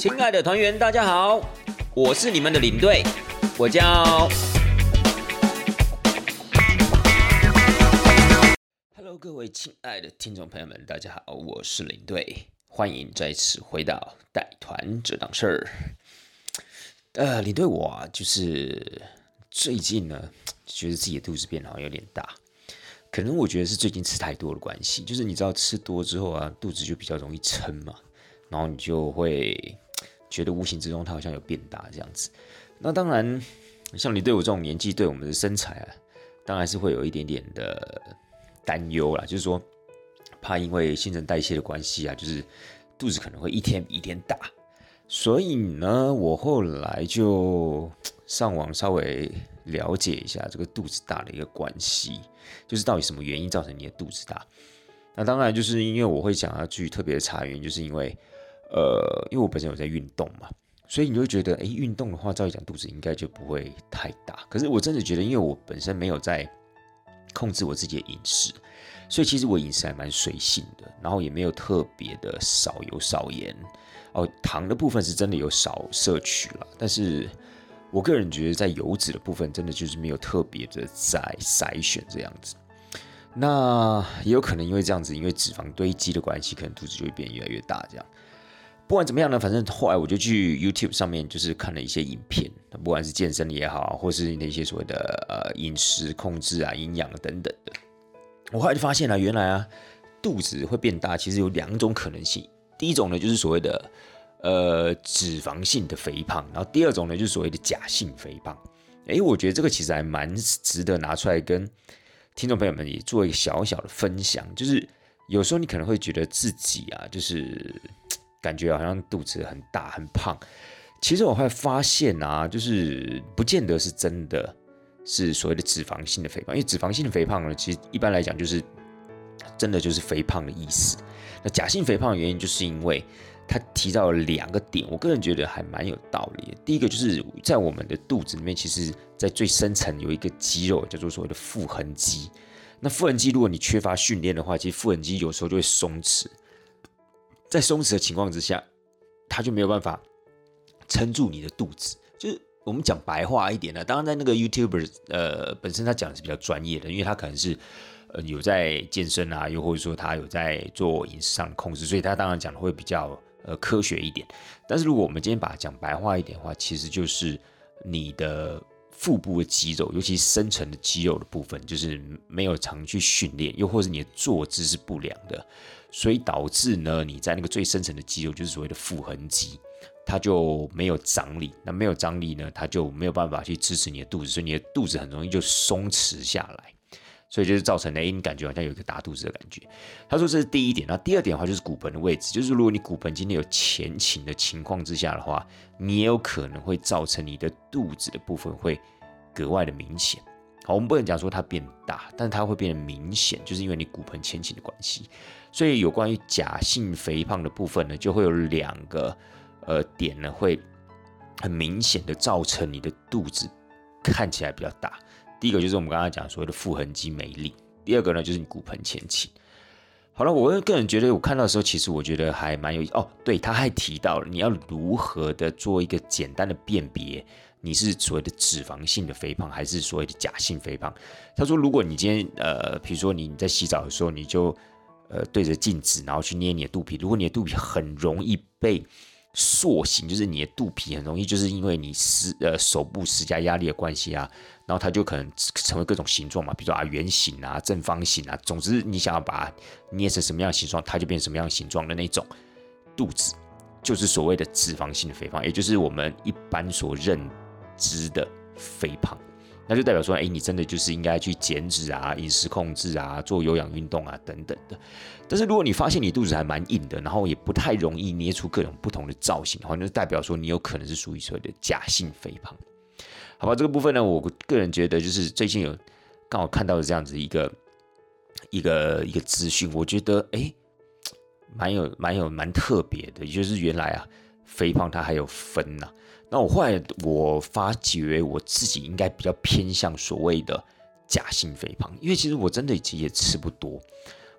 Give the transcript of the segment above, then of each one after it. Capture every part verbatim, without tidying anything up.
亲爱的团员，大家好，我是你们的领队，我叫。Hello， 各位亲爱的听众朋友们，大家好，我是领队，欢迎再次回到带团这档事儿。呃，领队我啊，就是最近呢，觉得自己的肚子变得好像有点大。可能我觉得是最近吃太多的关系，就是你知道吃多之后啊，肚子就比较容易撑嘛，然后你就会觉得无形之中它好像有变大这样子。那当然，像你对我这种年纪，对我们的身材啊，当然是会有一点点的担忧啦，就是说怕因为新陈代谢的关系啊，就是肚子可能会一天比一天大。所以呢，我后来就上网稍微了解一下这个肚子大的一个关系，就是到底什么原因造成你的肚子大。那当然就是因为我会想要去特别查原因，就是因为呃，因为我本身有在运动嘛，所以你就会觉得，哎，运动的话，照理讲肚子应该就不会太大。可是我真的觉得，因为我本身没有在控制我自己的饮食，所以其实我饮食还蛮随性的，然后也没有特别的少油少盐。哦，糖的部分是真的有少摄取了，但是我个人觉得在油脂的部分真的就是没有特别的在筛选这样子。那也有可能因为这样子，因为脂肪堆积的关系，可能肚子就会变越来越大这样。不管怎么样呢，反正后来我就去 YouTube 上面就是看了一些影片，不管是健身也好，或是那些所谓的呃饮食控制啊、营养等等的。我后来就发现啊，原来啊肚子会变大，其实有两种可能性。第一种呢，就是所谓的呃脂肪性的肥胖，然后第二种呢，就是所谓的假性肥胖。哎，我觉得这个其实还蛮值得拿出来跟听众朋友们也做一个小小的分享。就是有时候你可能会觉得自己啊，就是感觉好像肚子很大很胖，其实我会发现啊，就是不见得是真的是所谓的脂肪性的肥胖，因为脂肪性的肥胖呢，其实一般来讲就是真的就是肥胖的意思。那假性肥胖的原因，就是因为他提到了两个点，我个人觉得还蛮有道理的。第一个就是在我们的肚子里面，其实在最深层有一个肌肉叫做所谓的腹横肌。那腹横肌如果你缺乏训练的话，其实腹横肌有时候就会松弛，在松弛的情况之下，它就没有办法撑住你的肚子。就是我们讲白话一点呢，当然在那个 YouTuber 呃本身他讲的是比较专业的，因为他可能是呃有在健身啊，又或者说他有在做饮食上的控制，所以他当然讲的会比较呃科学一点。但是如果我们今天把它讲白话一点的话，其实就是你的腹部的肌肉，尤其是深层的肌肉的部分，就是没有常去训练，又或是你的坐姿是不良的，所以导致呢你在那个最深层的肌肉，就是所谓的腹横肌，它就没有张力。那没有张力呢，它就没有办法去支持你的肚子，所以你的肚子很容易就松弛下来。所以就是造成了，哎，你感觉好像有一个大肚子的感觉。他说这是第一点，那第二点的话就是骨盆的位置，就是如果你骨盆今天有前倾的情况之下的话，你也有可能会造成你的肚子的部分会格外的明显。好，我们不能讲说它变大，但是它会变得明显，就是因为你骨盆前倾的关系。所以有关于假性肥胖的部分呢，就会有两个呃点呢，会很明显的造成你的肚子看起来比较大。第一个就是我们刚刚讲所谓的腹横肌没力，第二个呢就是你骨盆前倾。好了，我个人觉得我看到的时候，其实我觉得还蛮有意思哦。对，他还提到了你要如何的做一个简单的辨别，你是所谓的脂肪性的肥胖还是所谓的假性肥胖。他说，如果你今天呃，比如说你在洗澡的时候，你就呃对着镜子，然后去捏你的肚皮，如果你的肚皮很容易被塑形，就是你的肚皮很容易，就是因为你施呃手部施加压力的关系啊，然后它就可能成为各种形状嘛，比如说啊圆形啊、正方形啊，总之你想要把它捏成什么样的形状，它就变成什么样的形状的那种肚子，就是所谓的脂肪性的肥胖，也就是我们一般所认知的肥胖。那就代表说，哎，你真的就是应该去减脂啊、饮食控制啊、做有氧运动啊等等的。但是如果你发现你肚子还蛮硬的，然后也不太容易捏出各种不同的造型的话，那就代表说你有可能是属于所谓的假性肥胖。好吧，这个部分呢，我个人觉得就是最近有刚好看到的这样子一个一个一个资讯，我觉得哎，蛮有蛮有蛮特别的，也就是原来啊，肥胖它还有分呐、啊。那我后来我发觉我自己应该比较偏向所谓的假性肥胖，因为其实我真的其实也吃不多。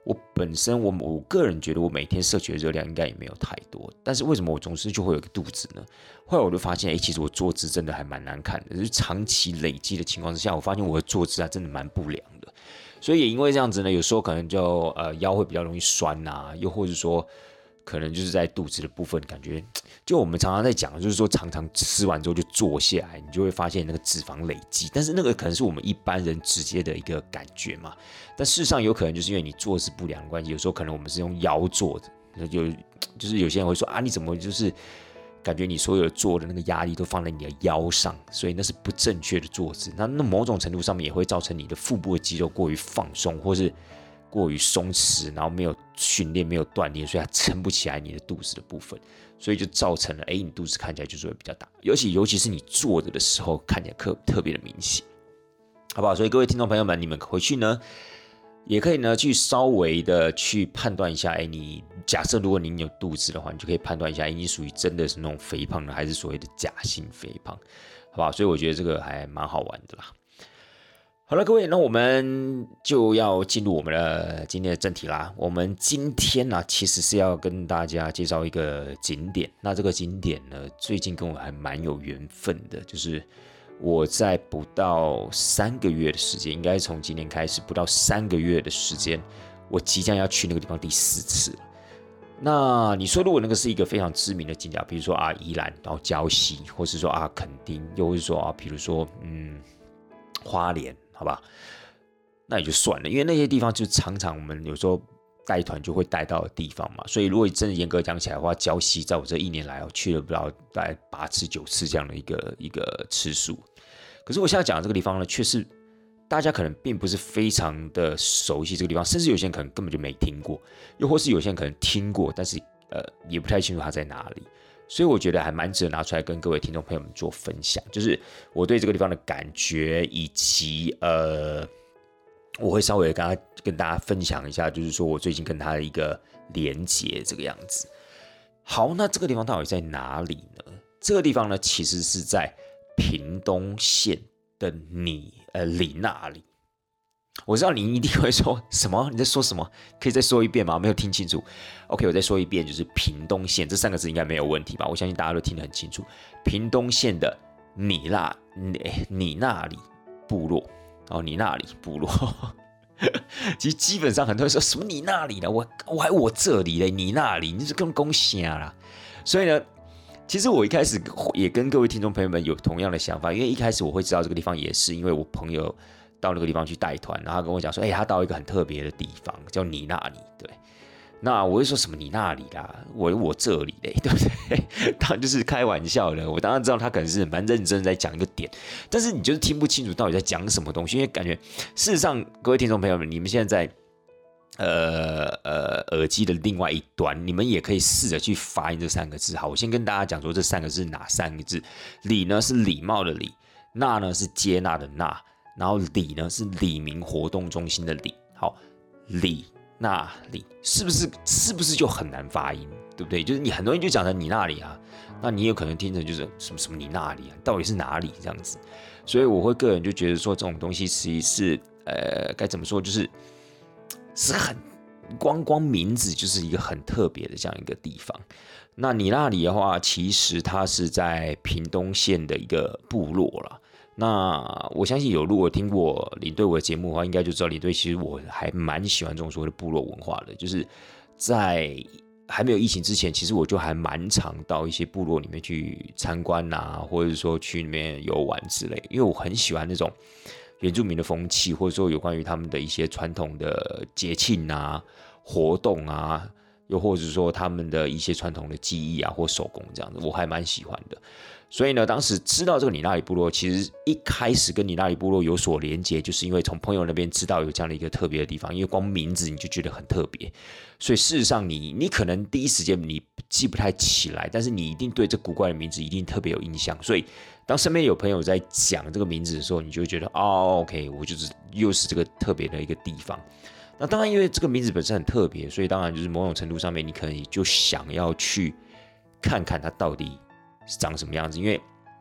我本身我我个人觉得我每天摄取的热量应该也没有太多，但是为什么我总是就会有一个肚子呢？后来我就发现，哎、欸，其实我坐姿真的还蛮难看的，就是长期累积的情况之下，我发现我的坐姿啊真的蛮不良的，所以也因为这样子呢，有时候可能就呃腰会比较容易酸啊，又或者说可能就是在肚子的部分感觉，就我们常常在讲，就是说常常吃完之后就坐下来，你就会发现那个脂肪累积，但是那个可能是我们一般人直接的一个感觉嘛，但事实上有可能就是因为你坐姿不良的关系，有时候可能我们是用腰坐的，就就是有些人会说啊，你怎么就是感觉你所有的坐的那个压力都放在你的腰上，所以那是不正确的坐姿，那那某种程度上面也会造成你的腹部的肌肉过于放松，或是过于松弛，然后没有训练、没有锻炼，所以它撑不起来你的肚子的部分，所以就造成了，哎，你肚子看起来就是会比较大，尤其尤其是你坐着的时候，看起来特特别的明显，好不好？所以各位听众朋友们，你们回去呢，也可以呢去稍微的去判断一下，哎，你假设如果你有肚子的话，你就可以判断一下，哎，你属于真的是那种肥胖呢，还是所谓的假性肥胖，好不好？所以我觉得这个还蛮好玩的啦。好了，各位，那我们就要进入我们的今天的正题啦。我们今天呢、啊，其实是要跟大家介绍一个景点。那这个景点呢，最近跟我还蛮有缘分的，就是我在不到三个月的时间，应该从今年开始不到三个月的时间，我即将要去那个地方第四次了。那你说，如果那个是一个非常知名的景点，比如说啊宜兰，然后礁溪，或是说啊垦丁，又或是说啊，比如说嗯花莲。好吧，那也就算了，因为那些地方就是常常我们有时候带团就会带到的地方嘛，所以如果真的严格讲起来的话，礁溪在我这一年来我去了不知道大概八次九次这样的一个一个次数。可是我现在讲的这个地方呢，却是大家可能并不是非常的熟悉这个地方，甚至有些人可能根本就没听过，又或是有些人可能听过，但是呃也不太清楚它在哪里。所以我觉得还蛮值得拿出来跟各位听众朋友们做分享，就是我对这个地方的感觉，以及呃，我会稍微跟他跟大家分享一下，就是说我最近跟他的一个连结这个样子。好，那这个地方到底在哪里呢？这个地方呢，其实是在屏东县的里呃里那里。我知道你一定会说什么？你在说什么？可以再说一遍吗？没有听清楚。OK， 我再说一遍，就是屏东县这三个字应该没有问题吧？我相信大家都听得很清楚。屏东县的你那你那里部落，哦，你那里部落。其实基本上很多人说什么你那里的，我我还我这里嘞，你那里，你是跟公虾啦。所以呢，其实我一开始也跟各位听众朋友们有同样的想法，因为一开始我会知道这个地方也是因为我朋友到那个地方去带团，然后他跟我讲说，哎、欸，他到一个很特别的地方，叫你那里，对。那我会说什么你那里啦，我我这里嘞，对不对？当然就是开玩笑的，我当然知道他可能是蛮认真在讲一个点，但是你就是听不清楚到底在讲什么东西，因为感觉事实上，各位听众朋友们，你们现在在呃呃耳机的另外一端，你们也可以试着去发音这三个字。好，我先跟大家讲说这三个字是哪三个字。礼呢是礼貌的礼，那呢是接纳的纳，然后里呢是里民活动中心的里。好，里。那里是不是是不是就很难发音，对不对？就是你很多人就讲成你那里啊，那你有可能听成就是什么什么你那里啊，到底是哪里这样子？所以我会个人就觉得说这种东西其实是呃该怎么说，就是是很光光名字就是一个很特别的这样一个地方。那你那里的话，其实它是在屏东县的一个部落啦。那我相信有如果听过领队我的节目的话，应该就知道领队其实我还蛮喜欢这种所谓的部落文化的，就是在还没有疫情之前，其实我就还蛮常到一些部落里面去参观啊，或者说去里面游玩之类，因为我很喜欢那种原住民的风气，或者说有关于他们的一些传统的节庆啊、活动啊，又或者说他们的一些传统的技艺啊或手工这样子，我还蛮喜欢的。所以呢，当时知道这个你那里部落，其实一开始跟你那里部落有所连结，就是因为从朋友那边知道有这样的一个特别的地方，因为光名字你就觉得很特别，所以事实上你你可能第一时间你记不太起来，但是你一定对这古怪的名字一定特别有印象，所以当身边有朋友在讲这个名字的时候，你就会觉得哦 ，OK， 我就是又是这个特别的一个地方。那当然，因为这个名字本身很特别，所以当然就是某种程度上面，你可能就想要去看看它到底是长什么样子，因为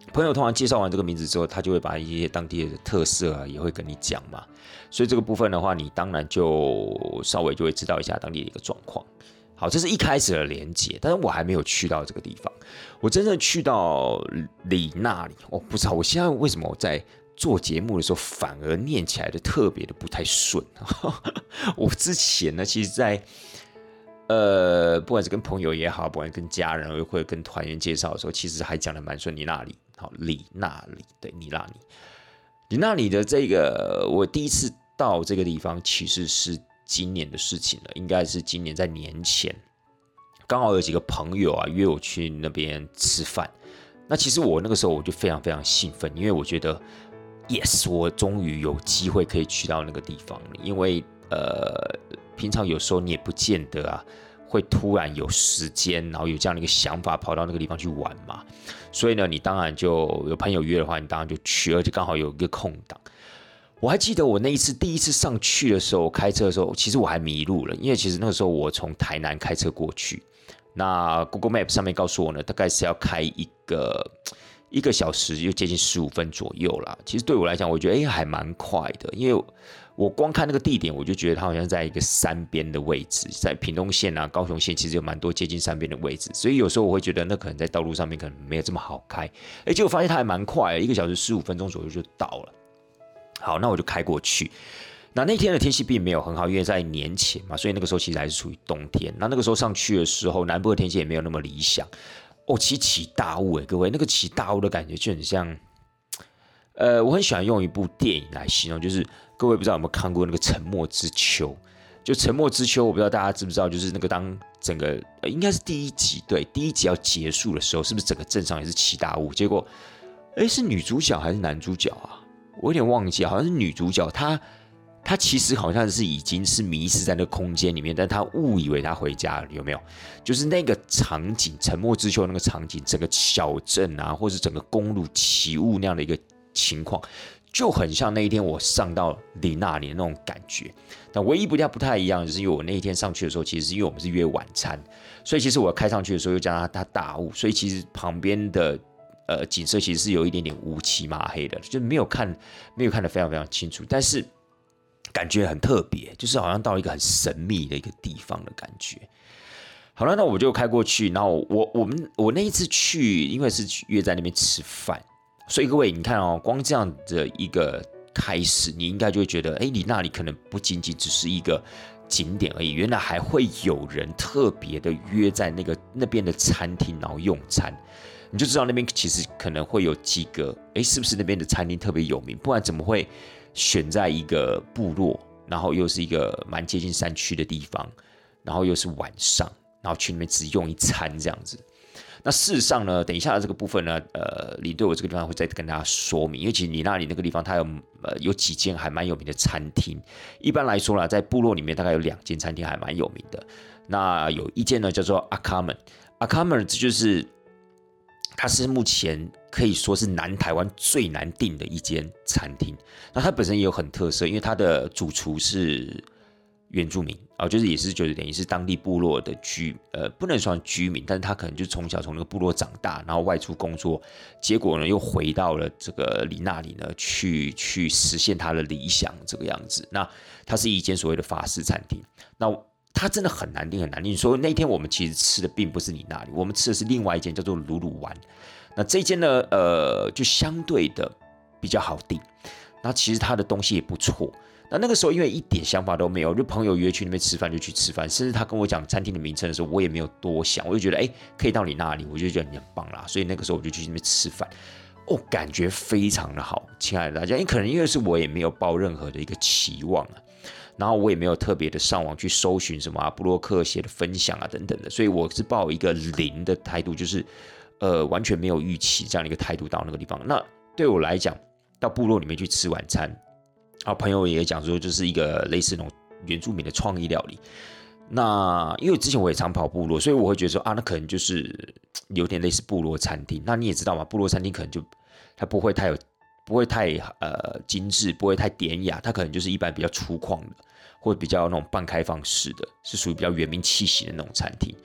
朋友通常介绍完这个名字之后，他就会把一些当地的特色啊，也会跟你讲嘛。所以这个部分的话，你当然就稍微就会知道一下当地的一个状况。好，这是一开始的连结，但是我还没有去到这个地方。我真正去到里那里，我不知道我现在为什么我在做节目的时候反而念起来的特别的不太顺。我之前呢，其实在呃，不管是跟朋友也好，不管跟家人或者跟团员介绍的时候，其实还讲的蛮顺。里那里，好，里那里，对，里那里，里那里的这个，我第一次到这个地方，其实是今年的事情了，应该是今年在年前，刚好有几个朋友啊约我去那边吃饭。那其实我那个时候我就非常非常兴奋，因为我觉得 ，yes， 我终于有机会可以去到那个地方了，因为呃。平常有时候你也不见得啊，会突然有时间，然后有这样的一个想法，跑到那个地方去玩嘛。所以呢，你当然就有朋友约的话，你当然就去，而且刚好有一个空档。我还记得我那一次第一次上去的时候，开车的时候，其实我还迷路了，因为其实那个时候我从台南开车过去，那 Google Map 上面告诉我呢，大概是要开一个一个小时，就接近十五分左右啦。其实对我来讲，我觉得哎、欸、还蛮快的，因为我光看那个地点，我就觉得它好像在一个山边的位置，在屏东县啊、高雄县，其实有蛮多接近山边的位置，所以有时候我会觉得那可能在道路上面可能没有这么好开，哎，结果发现它还蛮快的，一个小时十五分钟左右就到了。好，那我就开过去。那那天的天气并没有很好，因为在年前嘛，所以那个时候其实还是处于冬天。那那个时候上去的时候，南部的天气也没有那么理想。哦，其实起大雾哎，各位，那个起大雾的感觉就很像。呃，我很喜欢用一部电影来形容，就是各位不知道有没有看过那个《沉默之丘》？就《沉默之丘》，我不知道大家知不知道，就是那个当整个、呃、应该是第一集，对，第一集要结束的时候，是不是整个镇上也是起大雾？结果，哎，是女主角还是男主角啊？我有点忘记，好像是女主角，她她其实好像是已经是迷失在那个空间里面，但她误以为她回家了，有没有？就是那个场景，《沉默之丘》那个场景，整个小镇啊，或是整个公路起雾那样的一个情况，就很像那一天我上到里那里的那种感觉。但唯一不太不太一样，就是因为我那一天上去的时候，其实是因为我们是约晚餐，所以其实我开上去的时候又加上它大雾，所以其实旁边的呃景色其实是有一点点乌漆麻黑的，就没有看没有看得非常非常清楚，但是感觉很特别，就是好像到一个很神秘的一个地方的感觉。好了，那我就开过去，然后我我们我那一次去，因为是约在那边吃饭。所以各位，你看哦，光这样的一个开始，你应该就会觉得，哎，你那里可能不仅仅只是一个景点而已，原来还会有人特别的约在那个那边的餐厅，然后用餐，你就知道那边其实可能会有几个，哎，是不是那边的餐厅特别有名？不然怎么会选在一个部落，然后又是一个蛮接近山区的地方，然后又是晚上，然后去那边只用一餐这样子？那事实上呢，等一下的这个部分呢，呃，领队我这个地方会再跟大家说明，因为其实你那里那个地方它有呃有几间还蛮有名的餐厅，一般来说啦，在部落里面大概有两间餐厅还蛮有名的。那有一间呢叫做阿卡门，阿卡门这就是它是目前可以说是南台湾最难订的一间餐厅。那它本身也有很特色，因为它的主厨是原住民啊，就是也是就是等于是当地部落的居呃，不能算居民，但是他可能就从小从那个部落长大，然后外出工作，结果呢又回到了这个里那里呢，去去实现他的理想这个样子。那它是一间所谓的法式餐厅，那它真的很难订很难订。所以那天我们其实吃的并不是你那里，我们吃的是另外一间叫做鲁鲁湾。那这间呢，呃，就相对的比较好订，那其实它的东西也不错。那那个时候因为一点想法都没有，就朋友约去那边吃饭就去吃饭，甚至他跟我讲餐厅的名称的时候，我也没有多想，我就觉得哎、欸，可以到你那里，我就觉得你很棒啦，所以那个时候我就去那边吃饭，哦，感觉非常的好，亲爱的大家，因为可能因为是我也没有抱任何的一个期望啊，然后我也没有特别的上网去搜寻什么啊，部落客写的分享啊等等的，所以我是抱一个零的态度，就是呃完全没有预期这样的一个态度到那个地方。那对我来讲，到部落里面去吃晚餐。然后朋友也讲说，就是一个类似那种原住民的创意料理。那因为之前我也常跑部落，所以我会觉得说啊，那可能就是有点类似部落餐厅。那你也知道嘛，部落餐厅可能就它不会太有，不会太呃精致，不会太典雅，它可能就是一般比较粗犷的，或者比较那种半开放式的，是属于比较原民气息的那种餐厅。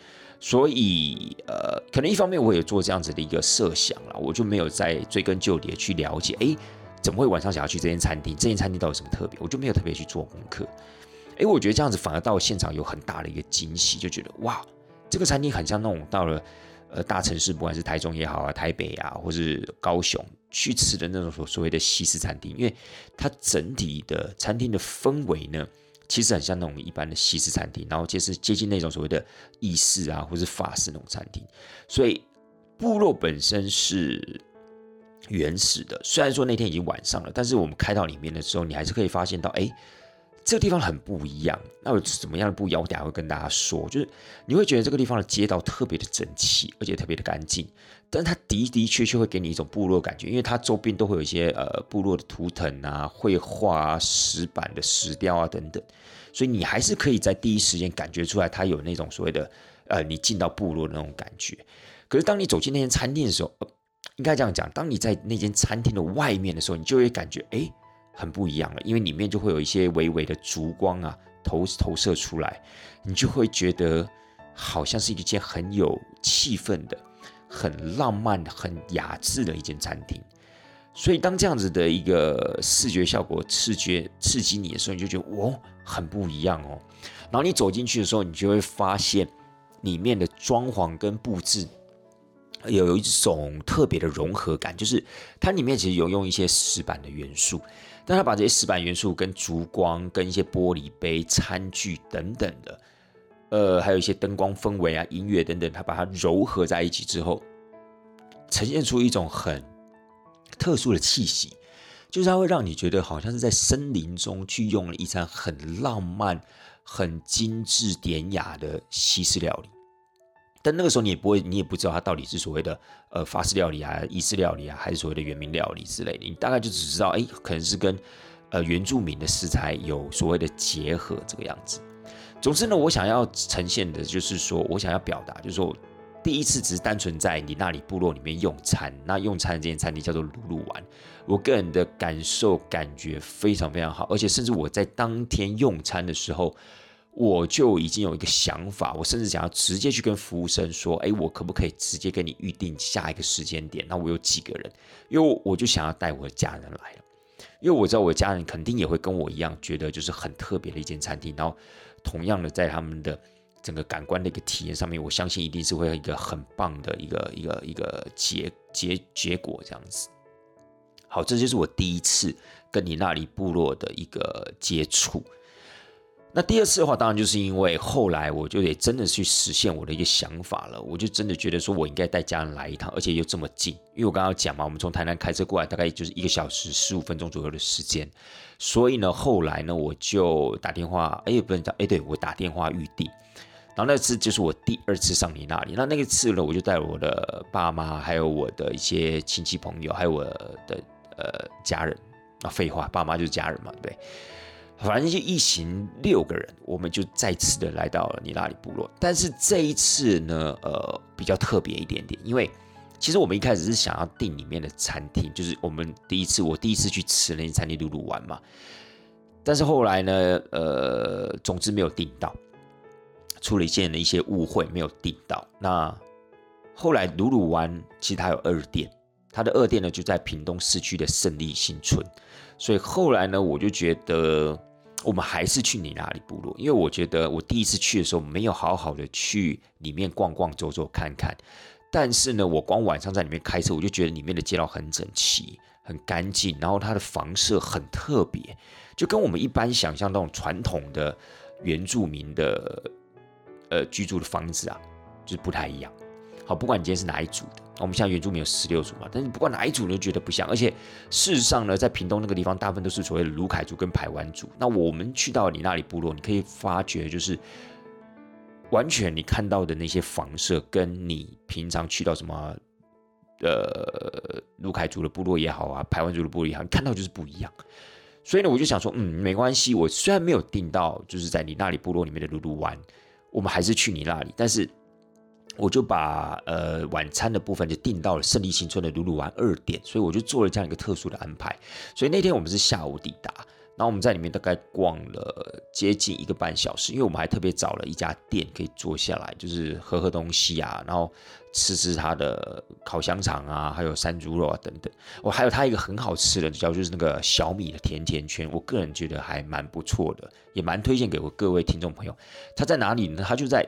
所以呃，可能一方面我也做这样子的一个设想啦，我就没有再追根究底的去了解，哎，怎么会晚上想要去这间餐厅？这间餐厅到底有什么特别？我就没有特别去做功课。哎，我觉得这样子反而到现场有很大的一个惊喜，就觉得哇，这个餐厅很像那种到了呃大城市，不管是台中也好啊、台北啊，或是高雄去吃的那种所所谓的西式餐厅，因为它整体的餐厅的氛围呢，其实很像那种一般的西式餐厅，然后就是接近那种所谓的意式啊，或是法式那种餐厅。所以部落本身是原始的，虽然说那天已经晚上了，但是我们开到里面的时候，你还是可以发现到，哎，这个地方很不一样。那有怎么样的不一样？我等一下会跟大家说。就是你会觉得这个地方的街道特别的整齐，而且特别的干净，但它的的确确会给你一种部落感觉，因为它周边都会有一些呃部落的图腾啊、绘画啊、石板的石雕啊等等，所以你还是可以在第一时间感觉出来，它有那种所谓的呃你进到部落的那种感觉。可是当你走进那间餐厅的时候，呃、应该这样讲，当你在那间餐厅的外面的时候，你就会感觉哎。很不一样了，因为里面就会有一些微微的烛光啊投投射出来，你就会觉得好像是一间很有气氛的、很浪漫、很雅致的一间餐厅。所以当这样子的一个视觉效果刺激刺激你的时候，你就觉得哦，很不一样哦。然后你走进去的时候，你就会发现里面的装潢跟布置。有一种特别的融合感，就是它里面其实有用一些石板的元素，但它把这些石板元素跟烛光、跟一些玻璃杯、餐具等等的，呃，还有一些灯光氛围啊、音乐等等，它把它糅合在一起之后，呈现出一种很特殊的气息，就是它会让你觉得好像是在森林中去用了一餐很浪漫、很精致典雅的西式料理。但那个时候你也不会，你也不知道它到底是所谓的呃法式料理啊、意式料理啊，还是所谓的原民料理之类的。你大概就只知道，哎，可能是跟呃原住民的食材有所谓的结合这个样子。总之呢，我想要呈现的就是说，我想要表达就是说，第一次只是单纯在你那里部落里面用餐，那用餐的这间餐厅叫做鲁鲁丸。我个人的感受感觉非常非常好，而且甚至我在当天用餐的时候。我就已经有一个想法，我甚至想要直接去跟服务生说，哎，我可不可以直接跟你预定下一个时间点？那我有几个人，因为我就想要带我的家人来了，因为我知道我的家人肯定也会跟我一样，觉得就是很特别的一间餐厅，然后同样的在他们的整个感官的一个体验上面，我相信一定是会有一个很棒的一个一个一个结结结果这样子。好，这就是我第一次跟你那里部落的一个接触。那第二次的话，当然就是因为后来我就得真的去实现我的一个想法了，我就真的觉得说我应该带家人来一趟，而且又这么近，因为我刚刚讲嘛，我们从台南开车过来大概就是一个小时十五分钟左右的时间，所以呢，后来呢我就打电话，哎，不能讲，哎，对我打电话预定，然后那次就是我第二次上你那里，那那个次呢，我就带了我的爸妈，还有我的一些亲戚朋友，还有我的呃家人，啊，废话，爸妈就是家人嘛，对不对？反正就一行六个人，我们就再次的来到了尼拉里部落。但是这一次呢，呃，比较特别一点点，因为其实我们一开始是想要订里面的餐厅，就是我们第一次我第一次去吃那间餐厅鲁鲁丸嘛。但是后来呢，呃，总之没有订到，出了一件的一些误会，没有订到。那后来鲁鲁丸其实它有二店，它的二店呢就在屏东市区的胜利新村，所以后来呢，我就觉得。我们还是去你那里部落，因为我觉得我第一次去的时候没有好好的去里面逛逛、走走看看。但是呢，我光晚上在里面开车，我就觉得里面的街道很整齐、很干净，然后它的房舍很特别，就跟我们一般想象那种传统的原住民的呃居住的房子啊，就是不太一样。好，不管你今天是哪一组的，我们现在原住民有十六组嘛，但是不管哪一组，你都觉得不像。而且事实上呢，在屏东那个地方，大部分都是所谓的鲁凯族跟排湾族。那我们去到你那里部落，你可以发觉，就是完全你看到的那些房舍，跟你平常去到什么呃鲁凯族的部落也好啊，排湾族的部落也好，你看到就是不一样。所以呢，我就想说，嗯，没关系，我虽然没有订到，就是在你那里部落里面的鲁鲁湾，我们还是去你那里，但是。我就把呃晚餐的部分就订到了胜利新村的鲁鲁湾二店，所以我就做了这样一个特殊的安排。所以那天我们是下午抵达， 然后我们在里面大概逛了接近一个半小时，因为我们还特别找了一家店可以坐下来，就是喝喝东西啊，然后吃吃它的烤香肠啊，还有山猪肉啊等等。哦，还有它一个很好吃的叫就是那个小米的甜甜圈，我个人觉得还蛮不错的，也蛮推荐给我各位听众朋友。它在哪里呢？它就在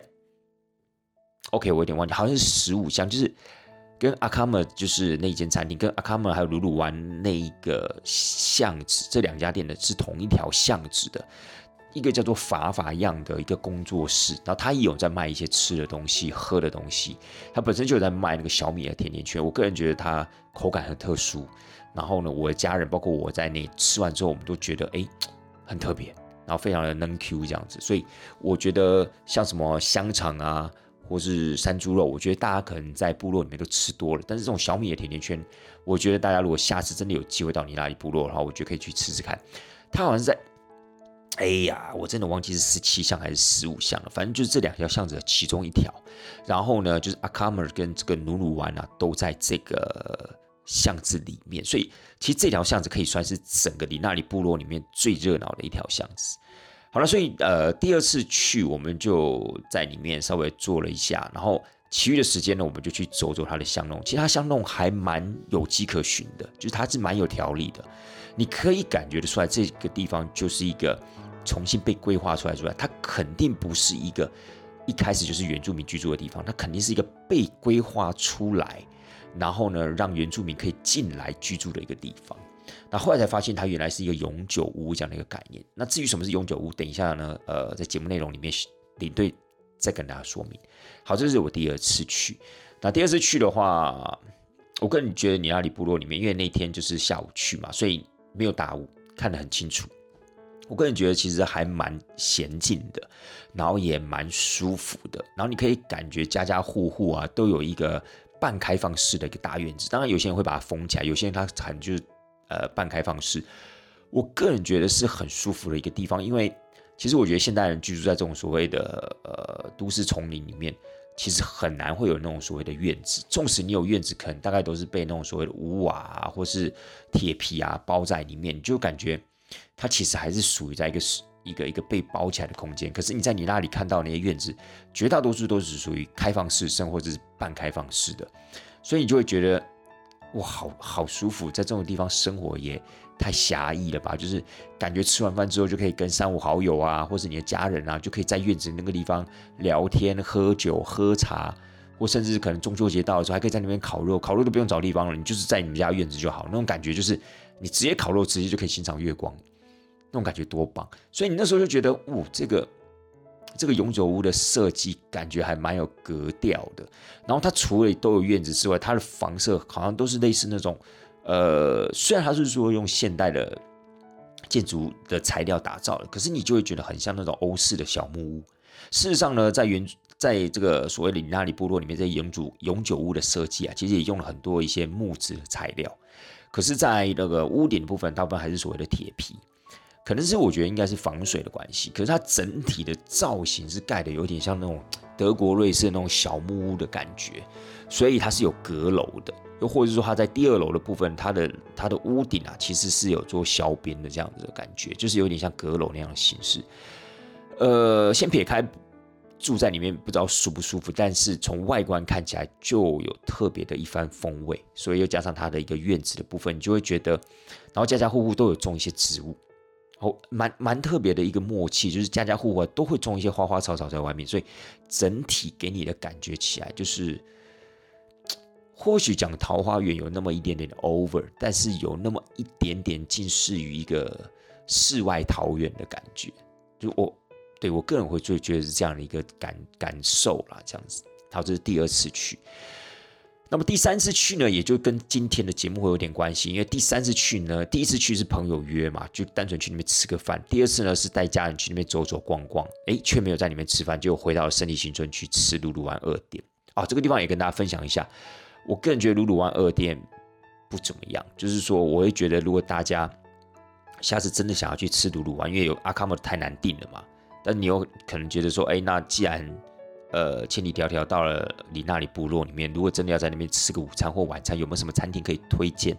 OK， 我有点忘记，好像是十五巷，就是跟阿卡姆就是那一间餐厅，跟阿卡姆还有鲁鲁湾那一个巷子，这两家店的是同一条巷子的。一个叫做法法样的一个工作室，然后他也有在卖一些吃的东西、喝的东西。他本身就有在卖那个小米的甜甜圈，我个人觉得它口感很特殊。然后呢，我的家人包括我在内吃完之后，我们都觉得哎很特别，然后非常的嫩 Q 这样子。所以我觉得像什么香肠啊，或是山猪肉，我觉得大家可能在部落里面都吃多了。但是这种小米的甜甜圈，我觉得大家如果下次真的有机会到你那里部落的话，我觉得可以去吃吃看。它好像是在。哎呀，我真的忘记是十七巷还是十五巷了，反正就是这两条巷子的其中一条。然后呢，就是阿卡姆跟这个努鲁湾啊，都在这个巷子里面，所以其实这条巷子可以算是整个里纳里部落里面最热闹的一条巷子。好了，所以呃，第二次去我们就在里面稍微坐了一下，然后其余的时间呢，我们就去走走它的巷弄。其实它巷弄还蛮有迹可循的，就是它是蛮有条理的，你可以感觉得出来，这个地方就是一个重新被规划出来出来，它肯定不是一个一开始就是原住民居住的地方，它肯定是一个被规划出来，然后呢，让原住民可以进来居住的一个地方。那后来才发现，它原来是一个永久屋这样的一个概念。那至于什么是永久屋，等一下呢，呃，在节目内容里面领队再跟大家说明。好，这是我第二次去。那第二次去的话，我个人觉得尼拉里部落里面，因为那天就是下午去嘛，所以没有大雾，看得很清楚。我个人觉得其实还蛮娴静的，然后也蛮舒服的，然后你可以感觉家家户户啊都有一个半开放式的一个大院子。当然有些人会把它封起来，有些人他可能就是呃半开放式。我个人觉得是很舒服的一个地方，因为其实我觉得现代人居住在这种所谓的呃都市丛林里面，其实很难会有那种所谓的院子。纵使你有院子，可能大概都是被那种所谓的屋瓦啊或是铁皮啊包在里面，你就感觉它其实还是属于在一个一个一个被包起来的空间。可是你在你那里看到那些院子，绝大多数都是属于开放式甚或者是半开放式的，所以你就会觉得哇，好好舒服，在这种地方生活也太狭义了吧？就是感觉吃完饭之后就可以跟三五好友啊，或是你的家人啊，就可以在院子那个地方聊天、喝酒、喝茶，或甚至可能中秋节到的时候还可以在那边烤肉，烤肉都不用找地方了，你就是在你们家院子就好。那种感觉就是你直接烤肉，直接就可以欣赏月光，那种感觉多棒！所以你那时候就觉得，哦，这个。这个永久屋的设计感觉还蛮有格调的，然后它除了都有院子之外，它的房舍好像都是类似那种，呃，虽然它是说用现代的建筑的材料打造的，可是你就会觉得很像那种欧式的小木屋。事实上呢，在原在这个所谓的里纳里部落里面，这些永久永久屋的设计啊，其实也用了很多一些木质的材料，可是，在那个屋顶的部分，大部分还是所谓的铁皮。可能是我觉得应该是防水的关系，可是它整体的造型是盖的有点像那种德国瑞士的那种小木屋的感觉，所以它是有阁楼的，又或者说它在第二楼的部分，它的它的屋顶啊其实是有做削边的这样子的感觉，就是有点像阁楼那样的形式。呃，先撇开住在里面不知道舒不舒服，但是从外观看起来就有特别的一番风味，所以又加上它的一个院子的部分，你就会觉得，然后家家户户都有种一些植物。哦，蛮蛮特别的一个默契，就是家家户户都会种一些花花草草在外面，所以整体给你的感觉起来就是，或许讲桃花源有那么一点点的 over， 但是有那么一点点近似于一个世外桃源的感觉。就我对我个人会最觉得是这样的一个感感受啦，这样子。好，这是第二次去。那么第三次去呢，也就跟今天的节目会有点关系，因为第三次去呢，第一次去是朋友约嘛，就单纯去那边吃个饭；第二次呢是带家人去那边走走逛逛，哎，却没有在里面吃饭，就回到了胜利新村去吃鲁鲁湾二店。啊，这个地方也跟大家分享一下，我个人觉得鲁鲁湾二店不怎么样，就是说我会觉得如果大家下次真的想要去吃鲁鲁湾，因为有阿卡莫太难订了嘛，但你有可能觉得说，哎，那既然呃，千里迢迢到了里纳里部落里面，如果真的要在那边吃个午餐或晚餐，有没有什么餐厅可以推荐？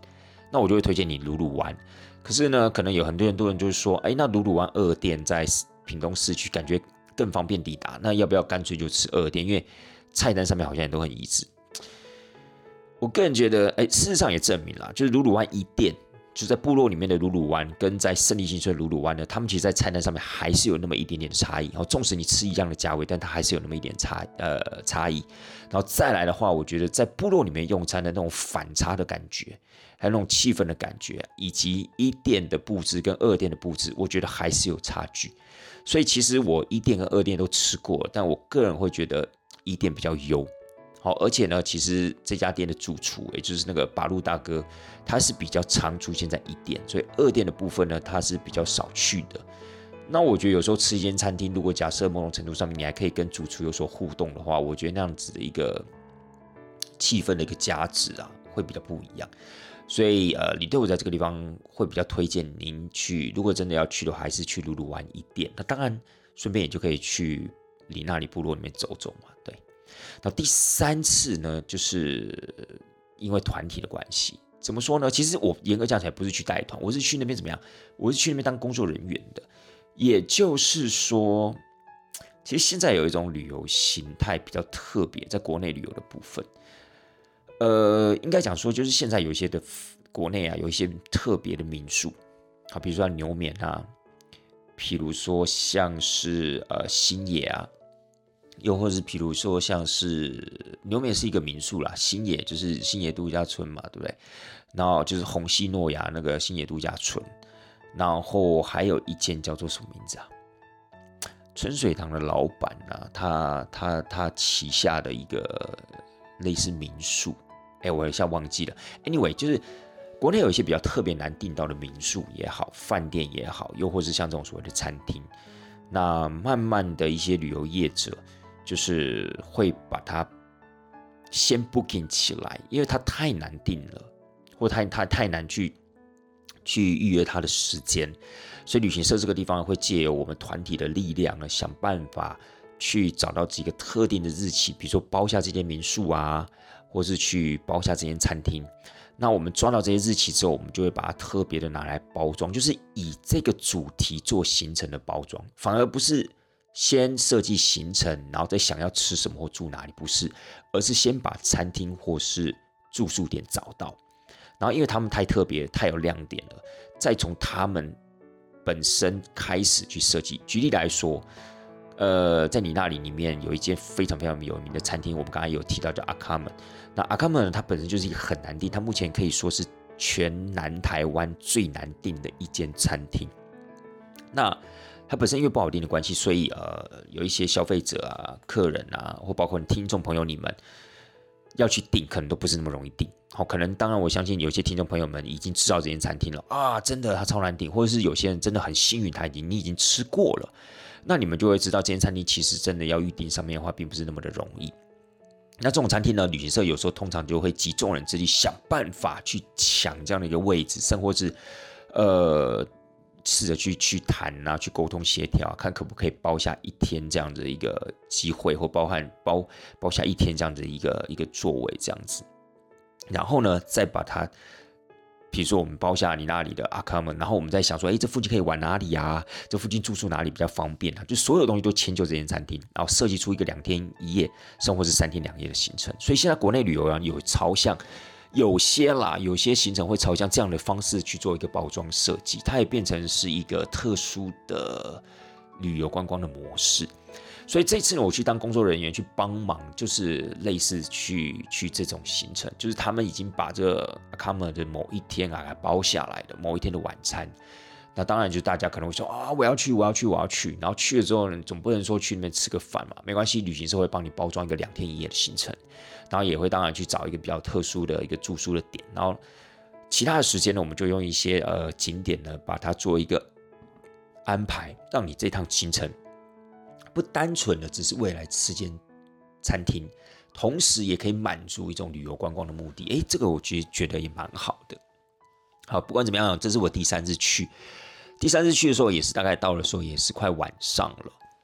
那我就会推荐你鲁鲁湾。可是呢，可能有很多很多人就是说，哎，那鲁鲁湾二店在屏东市区，感觉更方便抵达，那要不要干脆就吃二店？因为菜单上面好像也都很一致。我个人觉得，哎，事实上也证明了，就是鲁鲁湾一店，就在部落里面的鲁鲁湾，跟在胜利新村鲁鲁湾呢，他们其实在菜单上面还是有那么一点点的差异。然后，纵使你吃一样的价位，但它还是有那么一点差呃差异。然后再来的话，我觉得在部落里面用餐的那种反差的感觉，还有那种气氛的感觉，以及一店的布置跟二店的布置，我觉得还是有差距。所以其实我一店跟二店都吃过了，但我个人会觉得一店比较优。好，而且呢，其实这家店的主厨，也就是那个八路大哥，他是比较常出现在一店，所以二店的部分呢，他是比较少去的。那我觉得有时候吃一间餐厅，如果假设某种程度上面你还可以跟主厨有所互动的话，我觉得那样子的一个气氛的一个价值啊，会比较不一样。所以呃，李队我在这个地方会比较推荐您去，如果真的要去的话，还是去鲁鲁湾一店。那当然，顺便也就可以去里那里部落里面走走嘛，对。那第三次呢，就是因为团体的关系，怎么说呢？其实我严格讲起来不是去带团，我是去那边怎么样？我是去那边当工作人员的。也就是说，其实现在有一种旅游形态比较特别，在国内旅游的部分，呃，应该讲说，就是现在有一些的国内啊，有一些特别的民宿，好，比如说牛眠啊，譬如说像是呃新野啊。又或是比如说像是牛眠是一个民宿啦，新野就是新野度假村嘛，对不对？然后就是虹夕诺亚那个新野度假村，然后还有一间叫做什么名字啊？春水堂的老板啊，他他他旗下的一个类似民宿，哎，我一下忘记了。Anyway， 就是国内有一些比较特别难订到的民宿也好，饭店也好，又或是像这种所谓的餐厅，那慢慢的一些旅游业者。就是会把它先 booking 起来，因为它太难订了，或太太太难去去预约它的时间，所以旅行社这个地方会借由我们团体的力量呢，想办法去找到几个特定的日期，比如说包下这间民宿啊，或是去包下这间餐厅。那我们抓到这些日期之后，我们就会把它特别的拿来包装，就是以这个主题做行程的包装，反而不是。先设计行程，然后再想要吃什么或住哪里，不是，而是先把餐厅或是住宿点找到，然后因为他们太特别、太有亮点了，再从他们本身开始去设计。举例来说，呃，在你那里里面有一间非常非常有名的餐厅，我们刚才有提到叫阿卡门。那阿卡门它本身就是一个很难订，它目前可以说是全南台湾最难订的一间餐厅。那它本身因为不好订的关系，所以呃有一些消费者啊、客人啊，或包括听众朋友你们要去订，可能都不是那么容易订。好，可能当然我相信有些听众朋友们已经知道这间餐厅了啊，真的它超难订，或者是有些人真的很幸运，他已经你已经吃过了，那你们就会知道这间餐厅其实真的要预订上面的话，并不是那么的容易。那这种餐厅呢，旅行社有时候通常就会集众人之力想办法去抢这样的一个位置，甚或是呃。试着去去谈啊，去沟通协调、啊，看可不可以包下一天这样的一个机会，或包含包包下一天这样的一个一个座位这样子。然后呢，再把它，比如说我们包下你那里的阿卡们，然后我们再想说，哎，这附近可以玩哪里啊？这附近住宿哪里比较方便啊？就所有东西都迁就这间餐厅，然后设计出一个两天一夜，甚或是三天两夜的行程。所以现在国内旅游啊，有朝向。有些啦，有些行程会朝向这样的方式去做一个包装设计，它也变成是一个特殊的旅游观光的模式。所以这次呢，我去当工作人员去帮忙，就是类似去去这种行程，就是他们已经把这阿卡姆的某一天啊包下来的某一天的晚餐。那当然，就大家可能会说啊，我要去，我要去，我要去。然后去了之后呢，总不能说去那边吃个饭嘛，没关系，旅行社会帮你包装一个两天一夜的行程，然后也会当然去找一个比较特殊的一个住宿的点，然后其他的时间呢，我们就用一些呃景点呢，把它做一个安排，让你这趟行程不单纯的只是为来吃间餐厅，同时也可以满足一种旅游观光的目的。哎，这个我觉得觉得也蛮好的。好，不管怎么样，这是我第三次去。第三次去的时候，也是大概到的时候，也是快晚上了。